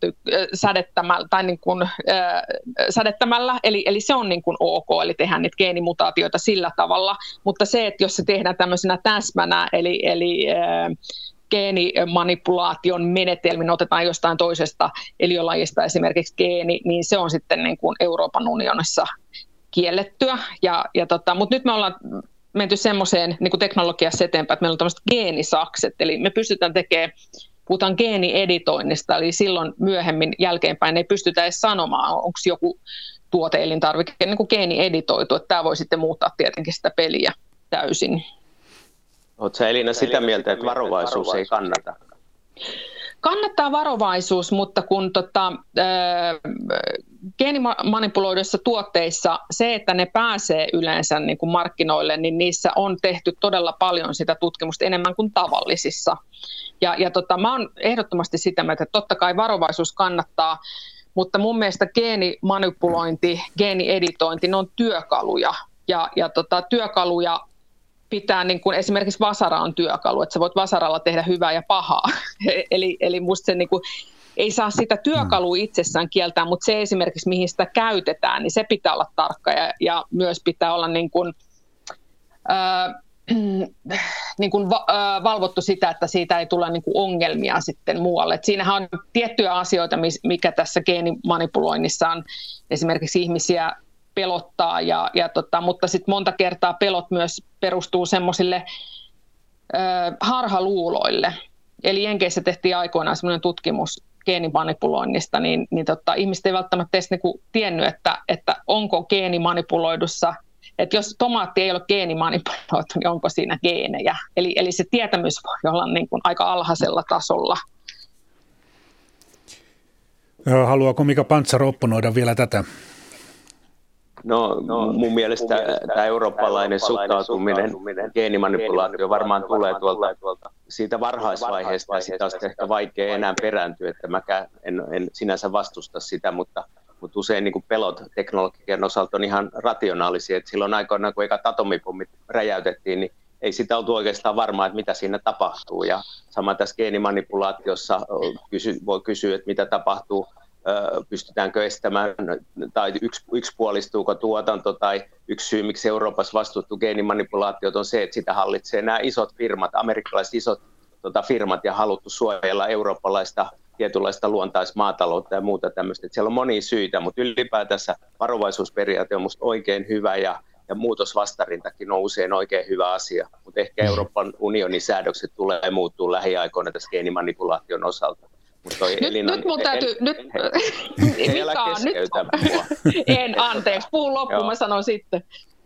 sädettämällä, eli se on niin kuin ok, eli tehdään niitä geenimutaatioita sillä tavalla, mutta se, että jos se tehdään tämmöisenä täsmänä, eli geenimanipulaation menetelmin otetaan jostain toisesta eliölajista esimerkiksi geeni, niin se on sitten niin kuin Euroopan unionissa kiellettyä. Mutta nyt me ollaan menty semmoiseen niin kuin teknologiassa eteenpäin, että meillä on tämmöiset geenisakset, eli me pystytään tekemään puhutaan geenieditoinnista, eli silloin myöhemmin jälkeenpäin ei pystytä edes sanomaan, onko joku tuote-elintarvike niin kuin geenieditoitu, että tämä voi sitten muuttaa tietenkin sitä peliä täysin. Oletko sä, Elina, sitä mieltä, että varovaisuus ei kannata? Kannattaa varovaisuus, mutta kun geenimanipuloiduissa tuotteissa se, että ne pääsee yleensä niin kuin markkinoille, niin niissä on tehty todella paljon sitä tutkimusta enemmän kuin tavallisissa. Mä oon ehdottomasti sitä mieltä, että totta kai varovaisuus kannattaa, mutta mun mielestä geenimanipulointi, geenieditointi, ne on työkaluja työkaluja pitää, niin kuin esimerkiksi vasara on työkalu, että sä voit vasaralla tehdä hyvää ja pahaa. eli musta se niin kuin, ei saa sitä työkalua itsessään kieltää, mutta se esimerkiksi, mihin sitä käytetään, niin se pitää olla tarkka ja myös pitää olla niin kuin, valvottu sitä, että siitä ei tule niin kuin ongelmia sitten muualle. Et siinähän on tiettyjä asioita, mikä tässä geenimanipuloinnissa on esimerkiksi ihmisiä pelottaa, mutta sitten monta kertaa pelot myös perustuu semmoisille harhaluuloille. Eli Jenkeissä tehtiin aikoinaan semmoinen tutkimus geenimanipuloinnista, niin ihmiset ei välttämättä edes niinku tiennyt, että onko geenimanipuloidussa, että jos tomaatti ei ole geenimanipuloitu, niin onko siinä geenejä. Eli se tietämys voi olla niin kuin aika alhaisella tasolla. Haluaako Mika Pantsar opponoida vielä tätä? No mun mielestä tämä eurooppalainen suhtautuminen geenimanipulaatio varmaan tulee tuolta siitä varhaisvaiheesta, ja sitä on ehkä vaikea enää perääntyä, että mäkään en sinänsä vastusta sitä, mutta usein niin kuin pelot teknologian osalta on ihan rationaalisia, että silloin aikoinaan, kun ekat atomipommit räjäytettiin, niin ei sitä oltu oikeastaan varmaa, että mitä siinä tapahtuu, ja sama tässä geenimanipulaatiossa voi kysyä, että mitä tapahtuu, pystytäänkö estämään tai yksipuolistuuko tuotanto, tai yksi syy, miksi Euroopassa vastustuu geenimanipulaatiot on se, että sitä hallitsee nämä isot firmat, amerikkalaiset isot firmat, ja haluttu suojella eurooppalaista tietynlaista luontaismaataloutta ja muuta tämmöistä. Että siellä on monia syitä, mutta ylipäätänsä varovaisuusperiaate on musta oikein hyvä, ja muutosvastarintakin on usein oikein hyvä asia, mutta ehkä Euroopan unionin säädökset tulee muuttua lähiaikoina tässä geenimanipulaation osalta. Nyt mun täytyy, anteeksi, puhun loppuun, mä sanon sitten.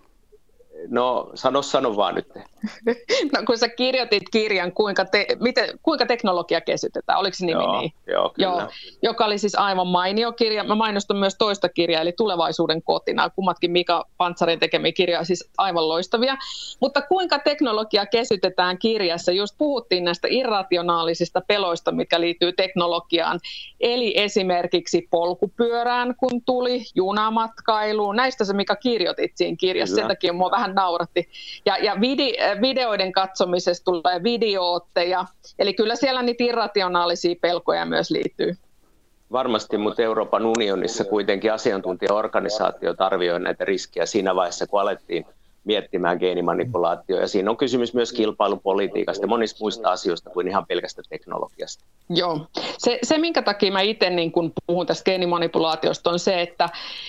No, sano vaan nyt. No, kun sä kirjoitit kirjan, kuinka teknologia kesytetään, oliko se nimi niin? Joo, joka oli siis aivan mainio kirja. Mä mainostan myös toista kirjaa, eli Tulevaisuuden koti. Nämä kummatkin Mika Pantsarin tekemiä kirjoja, siis aivan loistavia. Mutta kuinka teknologia kesytetään kirjassa? Just puhuttiin näistä irrationaalisista peloista, mitkä liittyy teknologiaan. Eli esimerkiksi polkupyörään, kun tuli, junamatkailuun. Näistä se, Mika, kirjoitit siinä kirjassa. Sen takia mua vähän nauratti. Ja videoiden katsomisesta tulee videootteja. Eli kyllä siellä niitä irrationaalisia pelkoja myös liittyy. Varmasti, mutta Euroopan unionissa kuitenkin asiantuntijaorganisaatiot arvioivat näitä riskejä siinä vaiheessa, kun alettiin miettimään geenimanipulaatioa. Ja siinä on kysymys myös kilpailupolitiikasta ja monista muista asioista kuin ihan pelkästä teknologiasta. Joo. Se minkä takia mä itse niin kun puhun tästä geenimanipulaatiosta, on se, että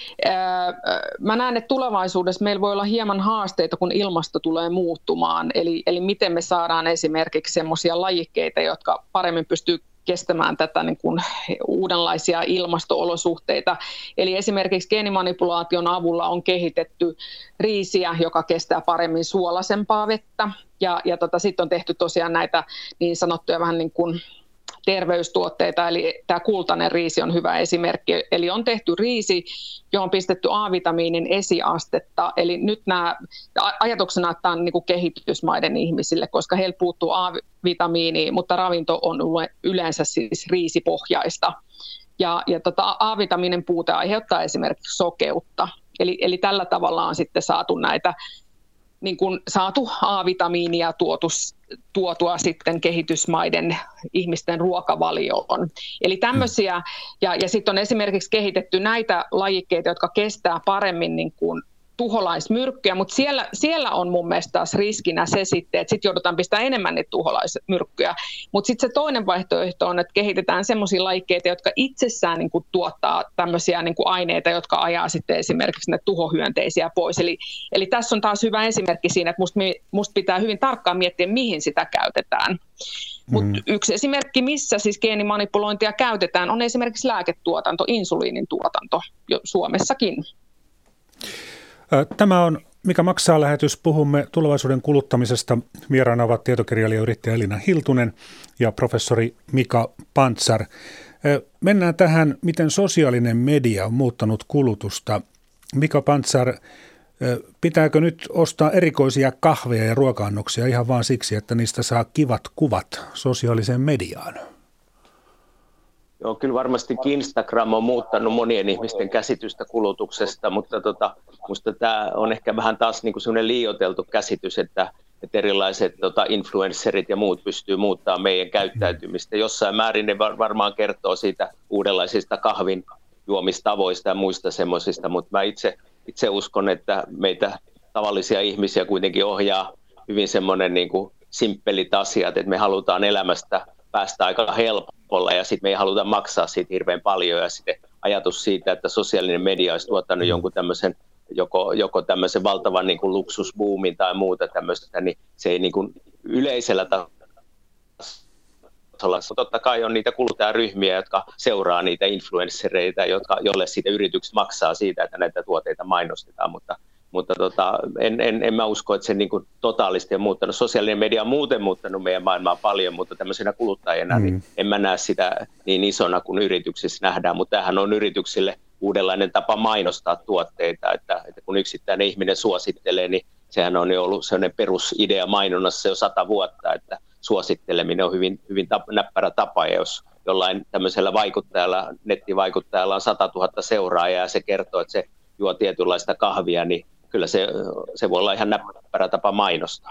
mä näen, että tulevaisuudessa meillä voi olla hieman haasteita, kun ilmasto tulee muuttumaan. Eli miten me saadaan esimerkiksi semmoisia lajikkeita, jotka paremmin pystyy kestämään tätä niin kuin uudenlaisia ilmasto-olosuhteita. Eli esimerkiksi geenimanipulaation avulla on kehitetty riisiä, joka kestää paremmin suolaisempaa vettä. Ja sitten on tehty tosiaan näitä niin sanottuja vähän niin kuin terveystuotteita, eli tämä kultainen riisi on hyvä esimerkki. Eli on tehty riisi, johon on pistetty A-vitamiinin esiastetta. Eli nyt ajatuksena, että tämä on niin kuin kehitysmaiden ihmisille, koska heillä puuttuu A-vitamiini, mutta ravinto on yleensä siis riisipohjaista. Ja A-vitamiinin puute aiheuttaa esimerkiksi sokeutta. Eli tällä tavalla on sitten saatu näitä niin kuin saatu A-vitamiinia tuotua sitten kehitysmaiden ihmisten ruokavalioon. Eli tämmöisiä, ja sitten on esimerkiksi kehitetty näitä lajikkeita, jotka kestää paremmin niin kuin tuholaismyrkkyjä, mutta siellä on mun mielestä taas riskinä se sitten, että sitten joudutaan pistämään enemmän niitä tuholaismyrkkyjä. Mutta sitten se toinen vaihtoehto on, että kehitetään semmoisia lajikkeita, jotka itsessään niin kuin tuottaa tämmöisiä niin kuin aineita, jotka ajaa sitten esimerkiksi ne tuhohyönteisiä pois. Eli tässä on taas hyvä esimerkki siinä, että musta pitää hyvin tarkkaan miettiä, mihin sitä käytetään. Mutta yksi esimerkki, missä siis geenimanipulointia käytetään, on esimerkiksi lääketuotanto, insuliinin tuotanto Suomessakin. Tämä on Mikä maksaa -lähetys. Puhumme tulevaisuuden kuluttamisesta. Vieraana ovat tietokirjailija yrittäjä Elina Hiltunen ja professori Mika Pantsar. Mennään tähän, miten sosiaalinen media on muuttanut kulutusta. Mika Pantsar, pitääkö nyt ostaa erikoisia kahveja ja ruoka-annoksia ihan vaan siksi, että niistä saa kivat kuvat sosiaaliseen mediaan? Joo, kyllä varmasti Instagram on muuttanut monien ihmisten käsitystä kulutuksesta, mutta minusta tämä on ehkä vähän taas niin kuin sellainen liioiteltu käsitys, että erilaiset influencerit ja muut pystyy muuttamaan meidän käyttäytymistä. Jossain määrin ne varmaan kertoo siitä uudenlaisista kahvin juomistavoista ja muista semmoisista, mutta mä itse uskon, että meitä tavallisia ihmisiä kuitenkin ohjaa hyvin semmoinen niin kuin simppelit asiat, että me halutaan elämästä päästä aika helpolla ja sitten me ei haluta maksaa siitä hirveän paljon ja sitten ajatus siitä, että sosiaalinen media olisi tuottanut jonkun tämmöisen joko tämmöisen valtavan niin kuin luksusbuumin tai muuta tämmöistä, niin se ei niin kuin yleisellä tasolla. Totta kai on niitä kuluttajaryhmiä, jotka seuraa niitä influenssereita, jolle siitä yritykset maksaa siitä, että näitä tuotteita mainostetaan, mutta en mä usko, että se niin kuin totaalisesti on muuttanut. Sosiaalinen media on muuten muuttanut meidän maailmaa paljon, mutta tämmöisenä kuluttajana niin en mä näe sitä niin isona kuin yrityksissä nähdään, mutta tämähän on yrityksille uudenlainen tapa mainostaa tuotteita, että kun yksittäinen ihminen suosittelee, niin sehän on jo ollut sellainen perusidea mainonnassa jo 100 vuotta, että suositteleminen on hyvin, hyvin näppärä tapa, ja jos jollain tämmöisellä vaikuttajalla, nettivaikuttajalla on 100 000 seuraajaa ja se kertoo, että se juo tietynlaista kahvia, niin kyllä se voi olla ihan näppärä tapa mainostaa.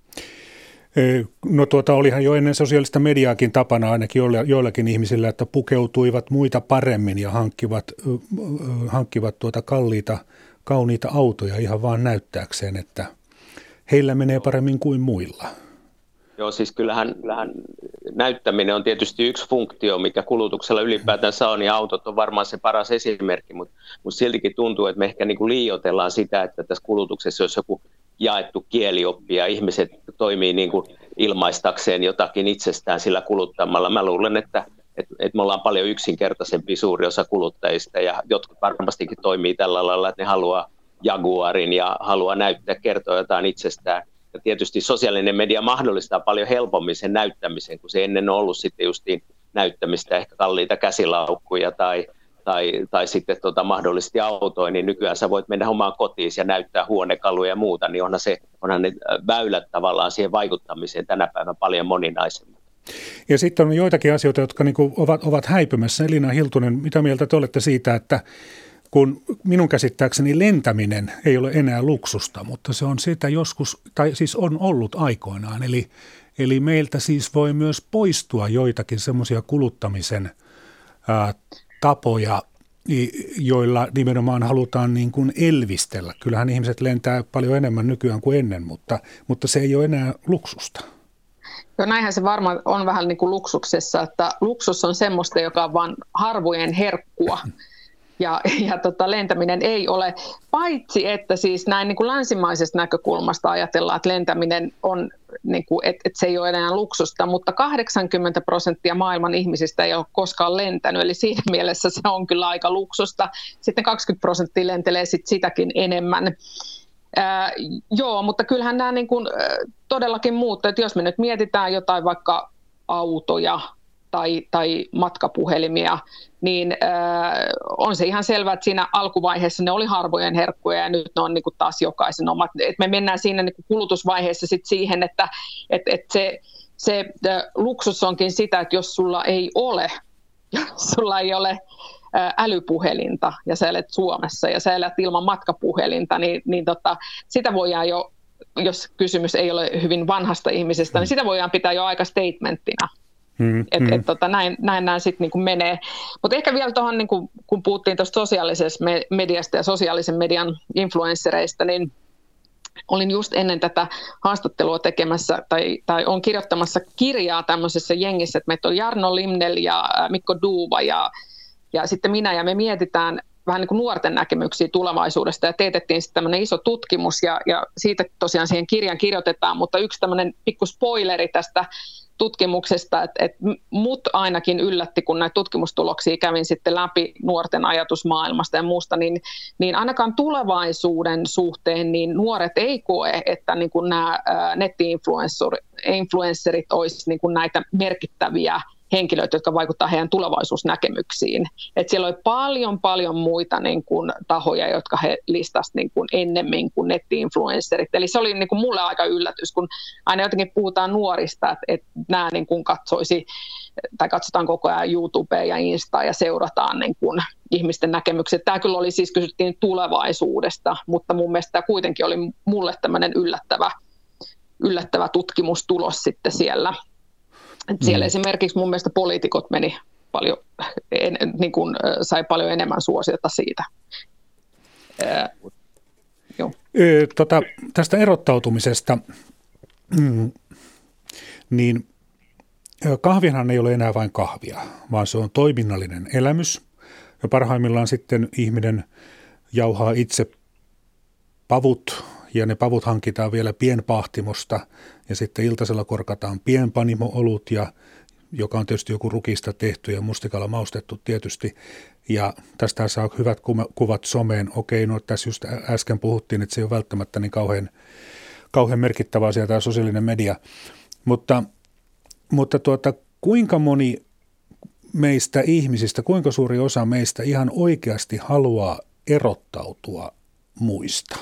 No olihan jo ennen sosiaalista mediaakin tapana ainakin joillakin ihmisillä, että pukeutuivat muita paremmin ja hankkivat kauniita autoja ihan vaan näyttääkseen, että heillä menee paremmin kuin muilla. Joo, siis kyllähän näyttäminen on tietysti yksi funktio, mikä kulutuksella ylipäätänsä on, ja autot on varmaan se paras esimerkki, mutta siltikin tuntuu, että me ehkä niin kuin liioitellaan sitä, että tässä kulutuksessa olisi joku jaettu kielioppi, ja ihmiset toimii niin kuin ilmaistakseen jotakin itsestään sillä kuluttamalla. Mä luulen, että me ollaan paljon yksinkertaisempi suuri osa kuluttajista, ja jotkut varmastikin toimii tällä lailla, että ne haluaa Jaguarin ja haluaa kertoa jotain itsestään. Ja tietysti sosiaalinen media mahdollistaa paljon helpommin sen näyttämisen, kun se ennen on ollut sitten justiin näyttämistä, ehkä kalliita käsilaukkuja tai sitten mahdollisesti autoja, niin nykyään sä voit mennä omaan kotiin ja näyttää huonekaluja ja muuta, niin onhan ne väylät tavallaan siihen vaikuttamiseen tänä päivänä paljon moninaisemmin. Ja sitten on joitakin asioita, jotka niin kuin ovat häipymässä. Elina Hiltunen, mitä mieltä te olette siitä, että kun minun käsittääkseni lentäminen ei ole enää luksusta, mutta se on sitä joskus, tai siis on ollut aikoinaan. Eli meiltä siis voi myös poistua joitakin semmoisia kuluttamisen tapoja, joilla nimenomaan halutaan niin kuin elvistellä. Kyllähän ihmiset lentää paljon enemmän nykyään kuin ennen, mutta se ei ole enää luksusta. Joo, näinhän se varmaan on vähän niin kuin luksuksessa, että luksus on semmoista, joka on vaan harvojen herkkua. Ja lentäminen ei ole, paitsi että siis näin niin kuin länsimaisesta näkökulmasta ajatellaan, että lentäminen on, niin kuin, että se ei ole enää luksusta, mutta 80% maailman ihmisistä ei ole koskaan lentänyt, eli siinä mielessä se on kyllä aika luksusta. Sitten 20% lentelee sitäkin enemmän. Joo, mutta kyllähän nämä niin kuin, todellakin muuttuu, että jos me nyt mietitään jotain vaikka autoja, tai matkapuhelimia, niin on se ihan selvää, että siinä alkuvaiheessa ne oli harvojen herkkuja ja nyt ne on niin kuin taas jokaisen omat. Et me mennään siinä niin kuin kulutusvaiheessa sit siihen, että se luksus onkin sitä, että jos sulla ei ole älypuhelinta ja sä elät Suomessa ja sä elät ilman matkapuhelinta, niin sitä voidaan jo, jos kysymys ei ole hyvin vanhasta ihmisestä, niin sitä voidaan pitää jo aika statementtina. Näin nämä sitten niin menee. Mutta ehkä vielä tuohon, niin kun puhuttiin tuosta sosiaalisesta mediasta ja sosiaalisen median influenssereista, niin olin just ennen tätä haastattelua tekemässä tai on kirjoittamassa kirjaa tämmöisessä jengissä, että meitä on Jarno Limnell ja Mikko Duuva ja sitten minä, ja me mietitään vähän niin kuin nuorten näkemyksiä tulevaisuudesta, ja teetettiin sitten tämmöinen iso tutkimus, ja siitä tosiaan siihen kirjan kirjoitetaan, mutta yksi tämmöinen pikku spoileri tästä tutkimuksesta, että mut ainakin yllätti, kun näitä tutkimustuloksia kävin sitten läpi nuorten ajatusmaailmasta ja muusta, niin ainakaan tulevaisuuden suhteen niin nuoret ei koe, että niin kuin nämä netti-influencerit olisi niin kuin näitä merkittäviä henkilöitä, jotka vaikuttavat heidän tulevaisuusnäkemyksiin. Et siellä oli paljon muita niin kuin tahoja, jotka he listasivat niin kuin ennemmin kuin netti-influencerit. Eli se oli niin kuin mulle aika yllätys, kun aina jotenkin puhutaan nuorista, että nämä niin kuin katsotaan koko ajan YouTubea ja Instaa ja seurataan niin kuin ihmisten näkemykset. Tämä kyllä oli siis, kysyttiin tulevaisuudesta, mutta mun mielestä tämä kuitenkin oli mulle tämmöinen yllättävä tutkimustulos sitten siellä. Siellä esimerkiksi mun mielestä poliitikot meni paljon, sai paljon enemmän suosiota siitä. Tästä erottautumisesta, niin kahvihan ei ole enää vain kahvia, vaan se on toiminnallinen elämys. Ja parhaimmillaan sitten ihminen jauhaa itse pavut, ja ne pavut hankitaan vielä pienpahtimosta, ja sitten iltasella korkataan pienpanimo-olut, joka on tietysti joku rukista tehty ja mustikalla maustettu tietysti, ja tästä saa hyvät kuvat someen. Okei, no tässä just äsken puhuttiin, että se ei ole välttämättä niin kauhean merkittävä asia tämä sosiaalinen media, mutta kuinka moni meistä ihmisistä, kuinka suuri osa meistä ihan oikeasti haluaa erottautua muista?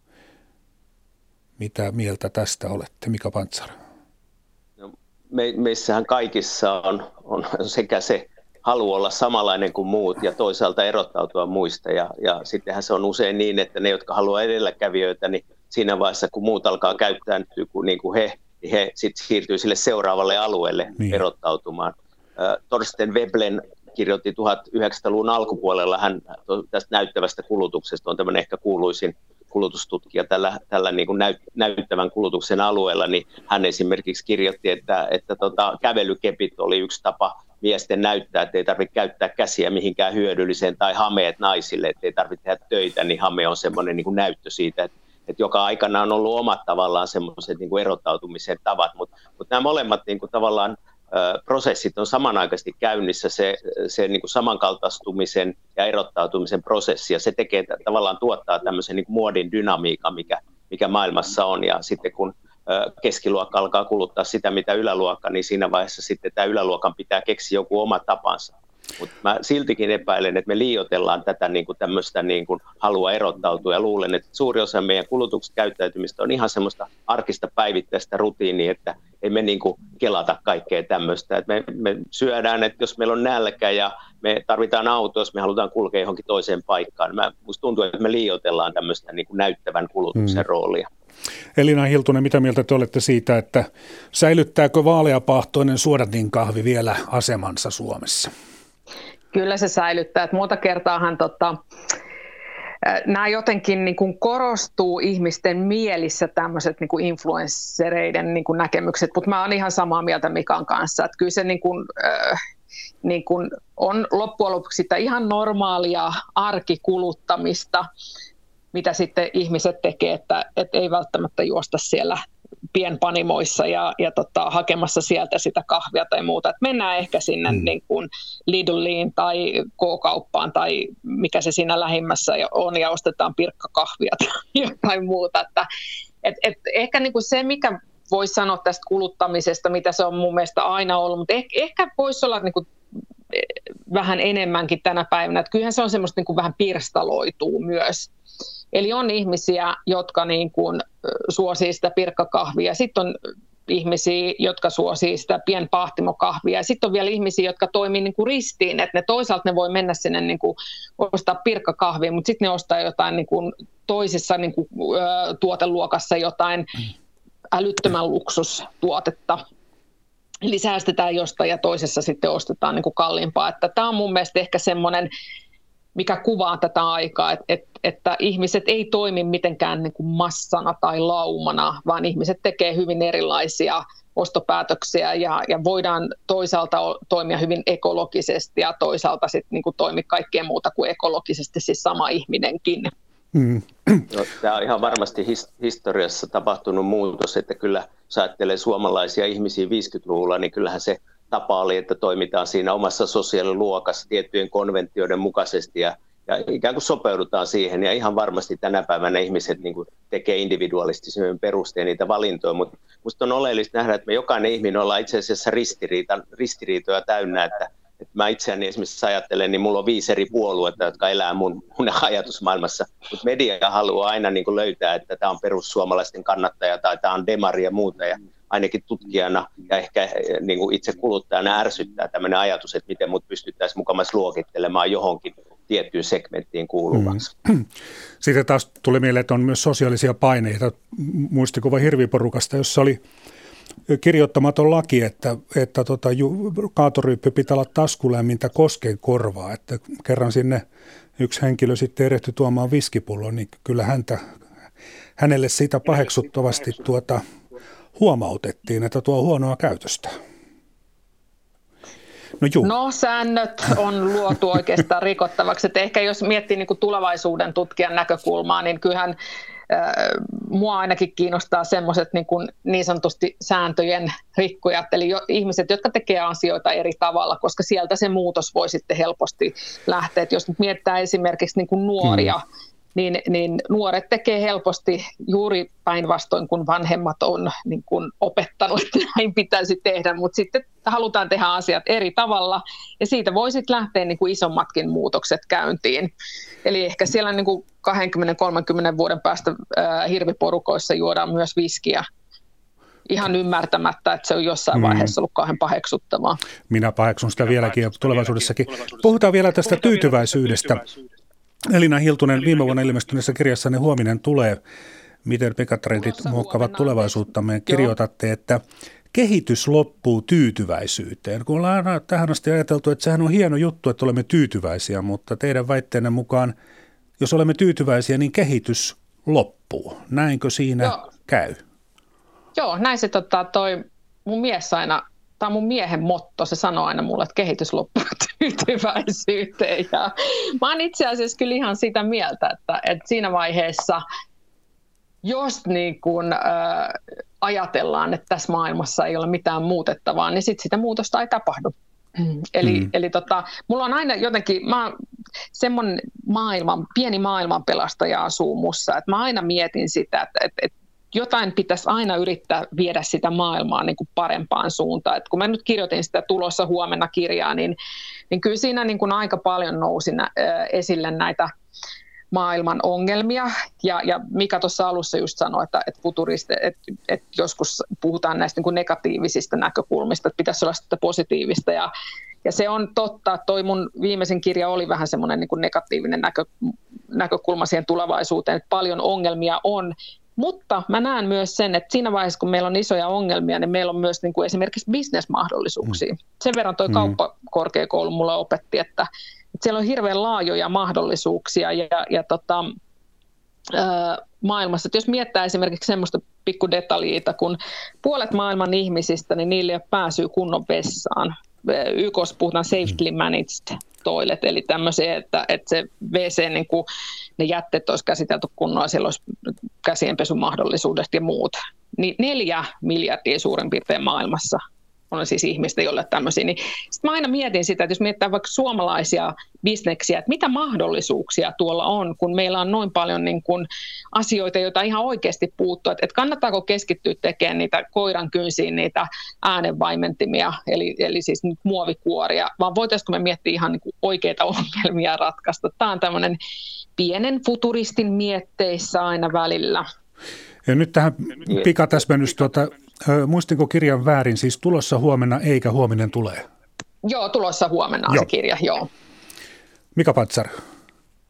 Mitä mieltä tästä olette, Mika Pantsar? No, meissähän kaikissa on sekä se halu olla samanlainen kuin muut ja toisaalta erottautua muista. Ja sittenhän se on usein niin, että ne, jotka haluaa edelläkävijöitä, niin siinä vaiheessa, kun muut alkaa käyttäytyä niin kuin he, niin he sitten siirtyy sille seuraavalle alueelle erottautumaan. Torsten Veblen kirjoitti 1900-luvun alkupuolella hän tästä näyttävästä kulutuksesta, on tämmöinen ehkä kuuluisin kulutustutkija tällä niin kuin näyttävän kulutuksen alueella, niin hän esimerkiksi kirjoitti, että kävelykepit oli yksi tapa miesten näyttää, että ei tarvitse käyttää käsiä mihinkään hyödylliseen, tai hameet naisille, että ei tarvitse tehdä töitä, niin hame on semmoinen niin kuin näyttö siitä, että joka aikana on ollut omat tavallaan semmoiset niin kuin erottautumisen tavat, mutta nämä molemmat niin kuin tavallaan prosessit on samanaikaisesti käynnissä, se niin kuin samankaltaistumisen ja erottautumisen prosessi, ja se tekee tavallaan tuottaa tämmöisen niin kuin muodin dynamiikan, mikä maailmassa on, ja sitten kun keskiluokka alkaa kuluttaa sitä, mitä yläluokka, niin siinä vaiheessa sitten tämä yläluokan pitää keksiä joku oma tapansa. Mutta mä siltikin epäilen, että me liioitellaan tätä niin kuin tämmöistä niin kuin halua erottautua, ja luulen, että suuri osa meidän kulutuskäyttäytymistä on ihan semmoista arkista päivittäistä rutiinia, että ei me niin kuin kelata kaikkea tämmöistä. Et me syödään, että jos meillä on nälkä ja me tarvitaan auto, jos me halutaan kulkea johonkin toiseen paikkaan. Musta tuntuu, että me liioitellaan tämmöistä niin kuin näyttävän kulutuksen roolia. Elina Hiltunen, mitä mieltä te olette siitä, että säilyttääkö vaaleapahtoinen suodatinkahvi vielä asemansa Suomessa? Kyllä se säilyttää. Että monta kertaahan nämä jotenkin niin kuin korostuu ihmisten mielissä tämmöiset niin kuin influenssereiden niin kuin näkemykset, mutta mä oon ihan samaa mieltä Mikan kanssa, että kyllä se niin kuin on loppujen lopuksi sitä ihan normaalia arkikuluttamista, mitä sitten ihmiset tekee, että ei välttämättä juosta siellä pienpanimoissa ja hakemassa sieltä sitä kahvia tai muuta. Et mennään ehkä sinne niin kuin Lidliin tai K-kauppaan tai mikä se siinä lähimmässä on ja ostetaan pirkkakahvia tai jotain muuta. Et ehkä niin kuin se, mikä voisi sanoa tästä kuluttamisesta, mitä se on mun mielestä aina ollut, mutta ehkä voisi olla niin kuin vähän enemmänkin tänä päivänä. Et kyllähän se on semmoista niin kuin vähän pirstaloituu myös. Eli on ihmisiä, jotka niin kuin suosii sitä pirkkakahvia. Sitten on ihmisiä, jotka suosii sitä pienpahtimokahvia. Sitten on vielä ihmisiä, jotka toimii niin kuin ristiin. Että toisaalta ne voi mennä sinne niin kuin ostaa pirkkakahvia, mutta sitten ne ostaa jotain niin kuin toisessa niin kuin, tuoteluokassa jotain älyttömän luksustuotetta. Eli säästetään jostain ja toisessa sitten ostetaan niin kuin kalliimpaa. Että tämä on mun mielestä ehkä semmoinen, mikä kuvaa tätä aikaa, että ihmiset ei toimi mitenkään niin kuin massana tai laumana, vaan ihmiset tekee hyvin erilaisia ostopäätöksiä ja voidaan toisaalta toimia hyvin ekologisesti ja toisaalta sitten niin kuin toimia kaikkea muuta kuin ekologisesti, siis sama ihminenkin. Tämä on ihan varmasti historiassa tapahtunut muutos, että kyllä jos ajattelee suomalaisia ihmisiä 50-luvulla, niin kyllähän se tapa oli, että toimitaan siinä omassa sosiaaliluokassa tiettyjen konventioiden mukaisesti ja ikään kuin sopeudutaan siihen. Ja ihan varmasti tänä päivänä ihmiset niin kuin tekee individualistisemmin perusteen niitä valintoja, mutta minusta on oleellista nähdä, että me jokainen ihminen ollaan itse asiassa ristiriitoja täynnä, että mä itseäni esimerkiksi ajattelen, niin mulla on 5 eri puoluetta, jotka elää mun ajatusmaailmassa, mutta media haluaa aina niin kuin löytää, että tämä on perussuomalaisten kannattaja tai tämä on demari ja muuta, ja ainakin tutkijana ja ehkä niin kuin itse kuluttajana ärsyttää tämmöinen ajatus, että miten mut pystyttäisiin mukamassa luokittelemaan johonkin tiettyyn segmenttiin kuuluvaksi. Sitten taas tuli mieleen, että on myös sosiaalisia paineita. Muistikuva hirviporukasta, jossa oli kirjoittamaton laki, että kaatoryyppy pitää olla taskulämmintä koskenkorvaa, että kerran sinne yksi henkilö sitten erehtyi tuomaan viskipullon, niin kyllä hänelle siitä paheksuttavasti huomautettiin, että tuo on huonoa käytöstä. No säännöt on luotu oikeastaan rikottavaksi. Että ehkä jos miettii niin kuin tulevaisuuden tutkijan näkökulmaa, niin kyllähän mua ainakin kiinnostaa semmoiset niin sanotusti sääntöjen rikkojat, eli ihmiset, jotka tekee asioita eri tavalla, koska sieltä se muutos voi sitten helposti lähteä. Et jos nyt miettää esimerkiksi niin kuin nuoria, niin nuoret tekee helposti juuri päinvastoin, kun vanhemmat on niin kuin opettanut, että näin pitäisi tehdä, mutta sitten halutaan tehdä asiat eri tavalla, ja siitä voi sitten lähteä niin kuin isommatkin muutokset käyntiin. Eli ehkä siellä niin kuin 20-30 vuoden päästä hirviporukoissa juodaan myös viskiä, ihan ymmärtämättä, että se on jossain vaiheessa ollut kauhean paheksuttavaa. Minä paheksun sitä vieläkin ja tulevaisuudessakin. Puhutaan vielä tästä tyytyväisyydestä. Elina Hiltunen, viime vuonna ilmestyneessä kirjassanne Huominen tulee, miten megatrendit muokkaavat tulevaisuuttamme. Kirjoitatte, että kehitys loppuu tyytyväisyyteen. Kun ollaan tähän asti ajateltu, että sehän on hieno juttu, että olemme tyytyväisiä, mutta teidän väitteenne mukaan, jos olemme tyytyväisiä, niin kehitys loppuu. Näinkö siinä käy? Joo, näin se toi mun mies aina. Tämä on mun miehen motto, se sanoo aina mulle, että kehitys loppuu tyytyväisyyteen. Ja mä oon itse asiassa kyllä ihan sitä mieltä, että siinä vaiheessa, jos niin kun, ajatellaan, että tässä maailmassa ei ole mitään muutettavaa, niin sitten sitä muutosta ei tapahdu. Eli mulla on aina jotenkin, semmoinen pieni maailmanpelastaja asuu mussa, että mä aina mietin sitä, että jotain pitäisi aina yrittää viedä sitä maailmaa niin kuin parempaan suuntaan. Et kun mä nyt kirjoitin sitä Tulossa huomenna -kirjaa, niin kyllä siinä niin kuin aika paljon nousi esille näitä maailman ongelmia. Ja Mika tuossa alussa just sanoi, että että joskus puhutaan näistä niin kuin negatiivisista näkökulmista, että pitäisi olla sitä positiivista. Ja se on totta, toi mun viimeisin kirja oli vähän semmoinen niin kuin negatiivinen näkökulma siihen tulevaisuuteen, että paljon ongelmia on. Mutta mä näen myös sen, että siinä vaiheessa, kun meillä on isoja ongelmia, niin meillä on myös niin kuin esimerkiksi bisnesmahdollisuuksia. Sen verran toi kauppakorkeakoulu mulle opetti, että siellä on hirveän laajoja mahdollisuuksia maailmassa. Että jos miettää esimerkiksi semmoista pikkudetaljia, kun puolet maailman ihmisistä, niin niille ei ole pääsyä kunnon vessaan. YK:ssa puhutaan safely managed toilet, eli tämmöisiä, että se WC, niin kuin ne jätteet olisi käsitelty kunnolla, siellä olisi käsienpesun mahdollisuudet ja muut. Niin 4 miljardia suurin piirtein maailmassa on siis ihmistä, joille tämmöisiä. Niin sitten mä aina mietin sitä, että jos mietitään vaikka suomalaisia bisneksiä, että mitä mahdollisuuksia tuolla on, kun meillä on noin paljon niin kuin asioita, joita ihan oikeasti puuttuu. Että kannattaako keskittyä tekemään niitä koiran kynsiin, niitä äänenvaimentimia, eli siis nyt muovikuoria, vaan voitaisiinko me miettiä ihan niin kuin oikeita ongelmia ratkaista. Tämä on tämmöinen pienen futuristin mietteissä aina välillä. Ja nyt tähän pikatäsmennys, muistinko kirjan väärin, siis Tulossa huomenna eikä Huominen tulee? Joo, Tulossa huomenna on se kirja, joo. Mika Pantsar.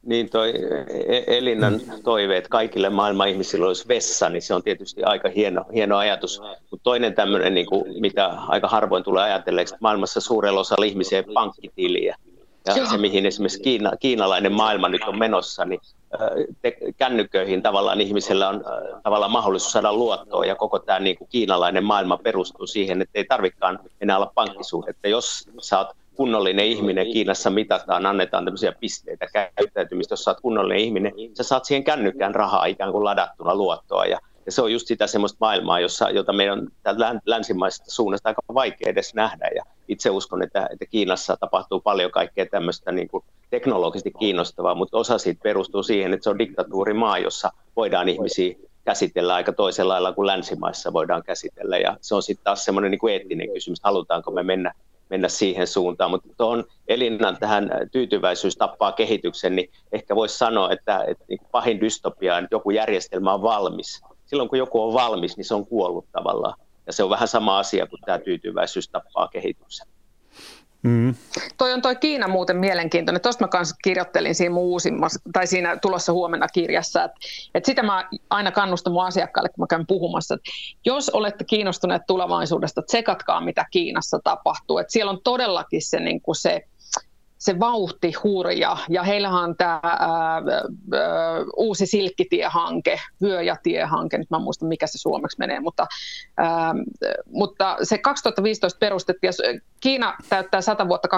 Niin toi Elinan toive, että kaikille maailman ihmisillä olisi vessa, niin se on tietysti aika hieno ajatus. Mutta toinen tämmöinen, niin kuin, mitä aika harvoin tulee ajatelleeksi, että maailmassa suurella osalla ihmisiä ei pankkitiliä. Ja se, mihin esimerkiksi kiinalainen maailma nyt on menossa, niin kännyköihin tavallaan ihmisellä on tavallaan mahdollisuus saada luottoa. Ja koko tämä niin kuin kiinalainen maailma perustuu siihen, että ei tarvitsekaan enää olla pankkisuhdetta. Jos sä oot kunnollinen ihminen, Kiinassa mitataan, annetaan tämmöisiä pisteitä käyttäytymistä, jos sä oot kunnollinen ihminen, sä saat siihen kännykkään rahaa ikään kuin ladattuna luottoa. Ja se on just sitä semmoista maailmaa, jota meidän länsimaisesta suunnasta aika vaikea edes nähdä. Ja itse uskon, että Kiinassa tapahtuu paljon kaikkea tämmöistä niin kuin teknologisesti kiinnostavaa, mutta osa siitä perustuu siihen, että se on diktatuurimaa, jossa voidaan ihmisiä käsitellä aika toisella lailla kuin länsimaissa voidaan käsitellä. Ja se on sitten taas semmoinen niin kuin eettinen kysymys, halutaanko me mennä siihen suuntaan. Mutta tuohon Elinan tähän tyytyväisyys tappaa kehityksen, niin ehkä voisi sanoa, että niin kuin pahin dystopia on, että joku järjestelmä on valmis. Silloin kun joku on valmis, niin se on kuollut tavallaan. Ja se on vähän sama asia kuin tämä tyytyväisyys tappaa kehityksen. Toi Kiina muuten mielenkiintoinen. Tuosta mä kanssa kirjoittelin siinä tai siinä tulossa huomenna kirjassa, että sitä mä aina kannustan mun asiakkaille, kun mä käyn puhumassa, että jos olette kiinnostuneet tulevaisuudesta, tsekatkaa mitä Kiinassa tapahtuu. Että siellä on todellakin se, niin kuin se vauhti hurja, ja heillähän on tämä uusi Silkkitie-hanke, Vyö-ja-tie-hanke, nyt mä en muista mikä se suomeksi menee, mutta se 2015 perustettiin, ja Kiina täyttää 100 vuotta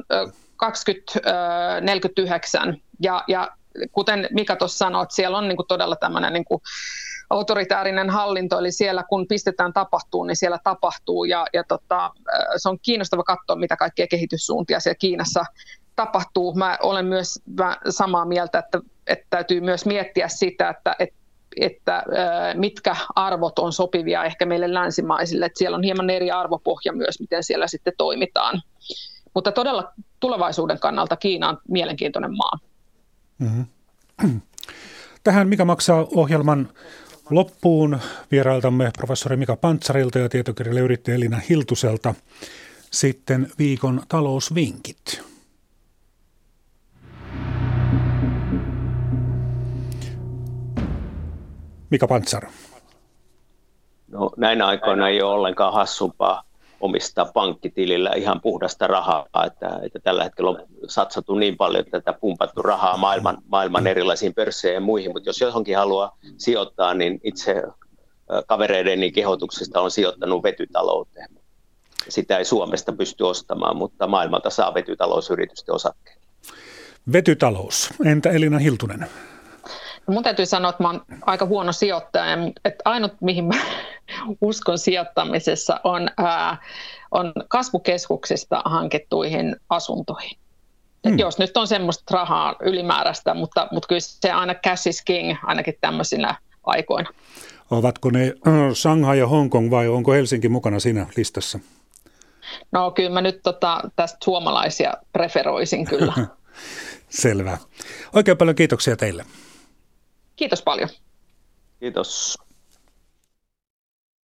2049, ja kuten Mika tuossa sanoi, että siellä on niinku todella tämmöinen niinku autoritäärinen hallinto, eli siellä kun pistetään tapahtuu, niin siellä tapahtuu, ja se on kiinnostava katsoa, mitä kaikkia kehityssuuntia siellä Kiinassa tapahtuu. Mä olen myös samaa mieltä, että täytyy myös miettiä sitä, että mitkä arvot on sopivia ehkä meille länsimaisille, että siellä on hieman eri arvopohja myös, miten siellä sitten toimitaan. Mutta todella tulevaisuuden kannalta Kiina on mielenkiintoinen maa. Mm-hmm. Tähän Mikä maksaa -ohjelman loppuun vierailtamme professori Mika Pantzarilta ja tietokirjailijayrittäjä Elina Hiltuselta sitten viikon talousvinkit. Mika Pantzar. No, näinä aikoina ei ole ollenkaan hassumpaa omistaa pankkitilillä ihan puhdasta rahaa, että tällä hetkellä on satsattu niin paljon, että tätä pumpattu rahaa maailman erilaisiin pörsseihin ja muihin, mutta jos johonkin haluaa sijoittaa, niin itse kavereideni kehotuksesta on sijoittanut vetytalouteen. Sitä ei Suomesta pysty ostamaan, mutta maailmalta saa vetytalousyritysten osakkeet. Vetytalous. Entä Elina Hiltunen? Mun täytyy sanoa, että mä oon aika huono sijoittaja, että ainut mihin mä uskon sijoittamisessa on kasvukeskuksista hankittuihin asuntoihin. Jos nyt on semmoista rahaa ylimääräistä, mutta kyllä se aina cash is king ainakin tämmöisinä aikoina. Ovatko ne Shanghai ja Hongkong vai onko Helsinki mukana siinä listassa? No kyllä mä nyt tästä suomalaisia preferoisin kyllä. Selvä. Oikein paljon kiitoksia teille. Kiitos paljon. Kiitos.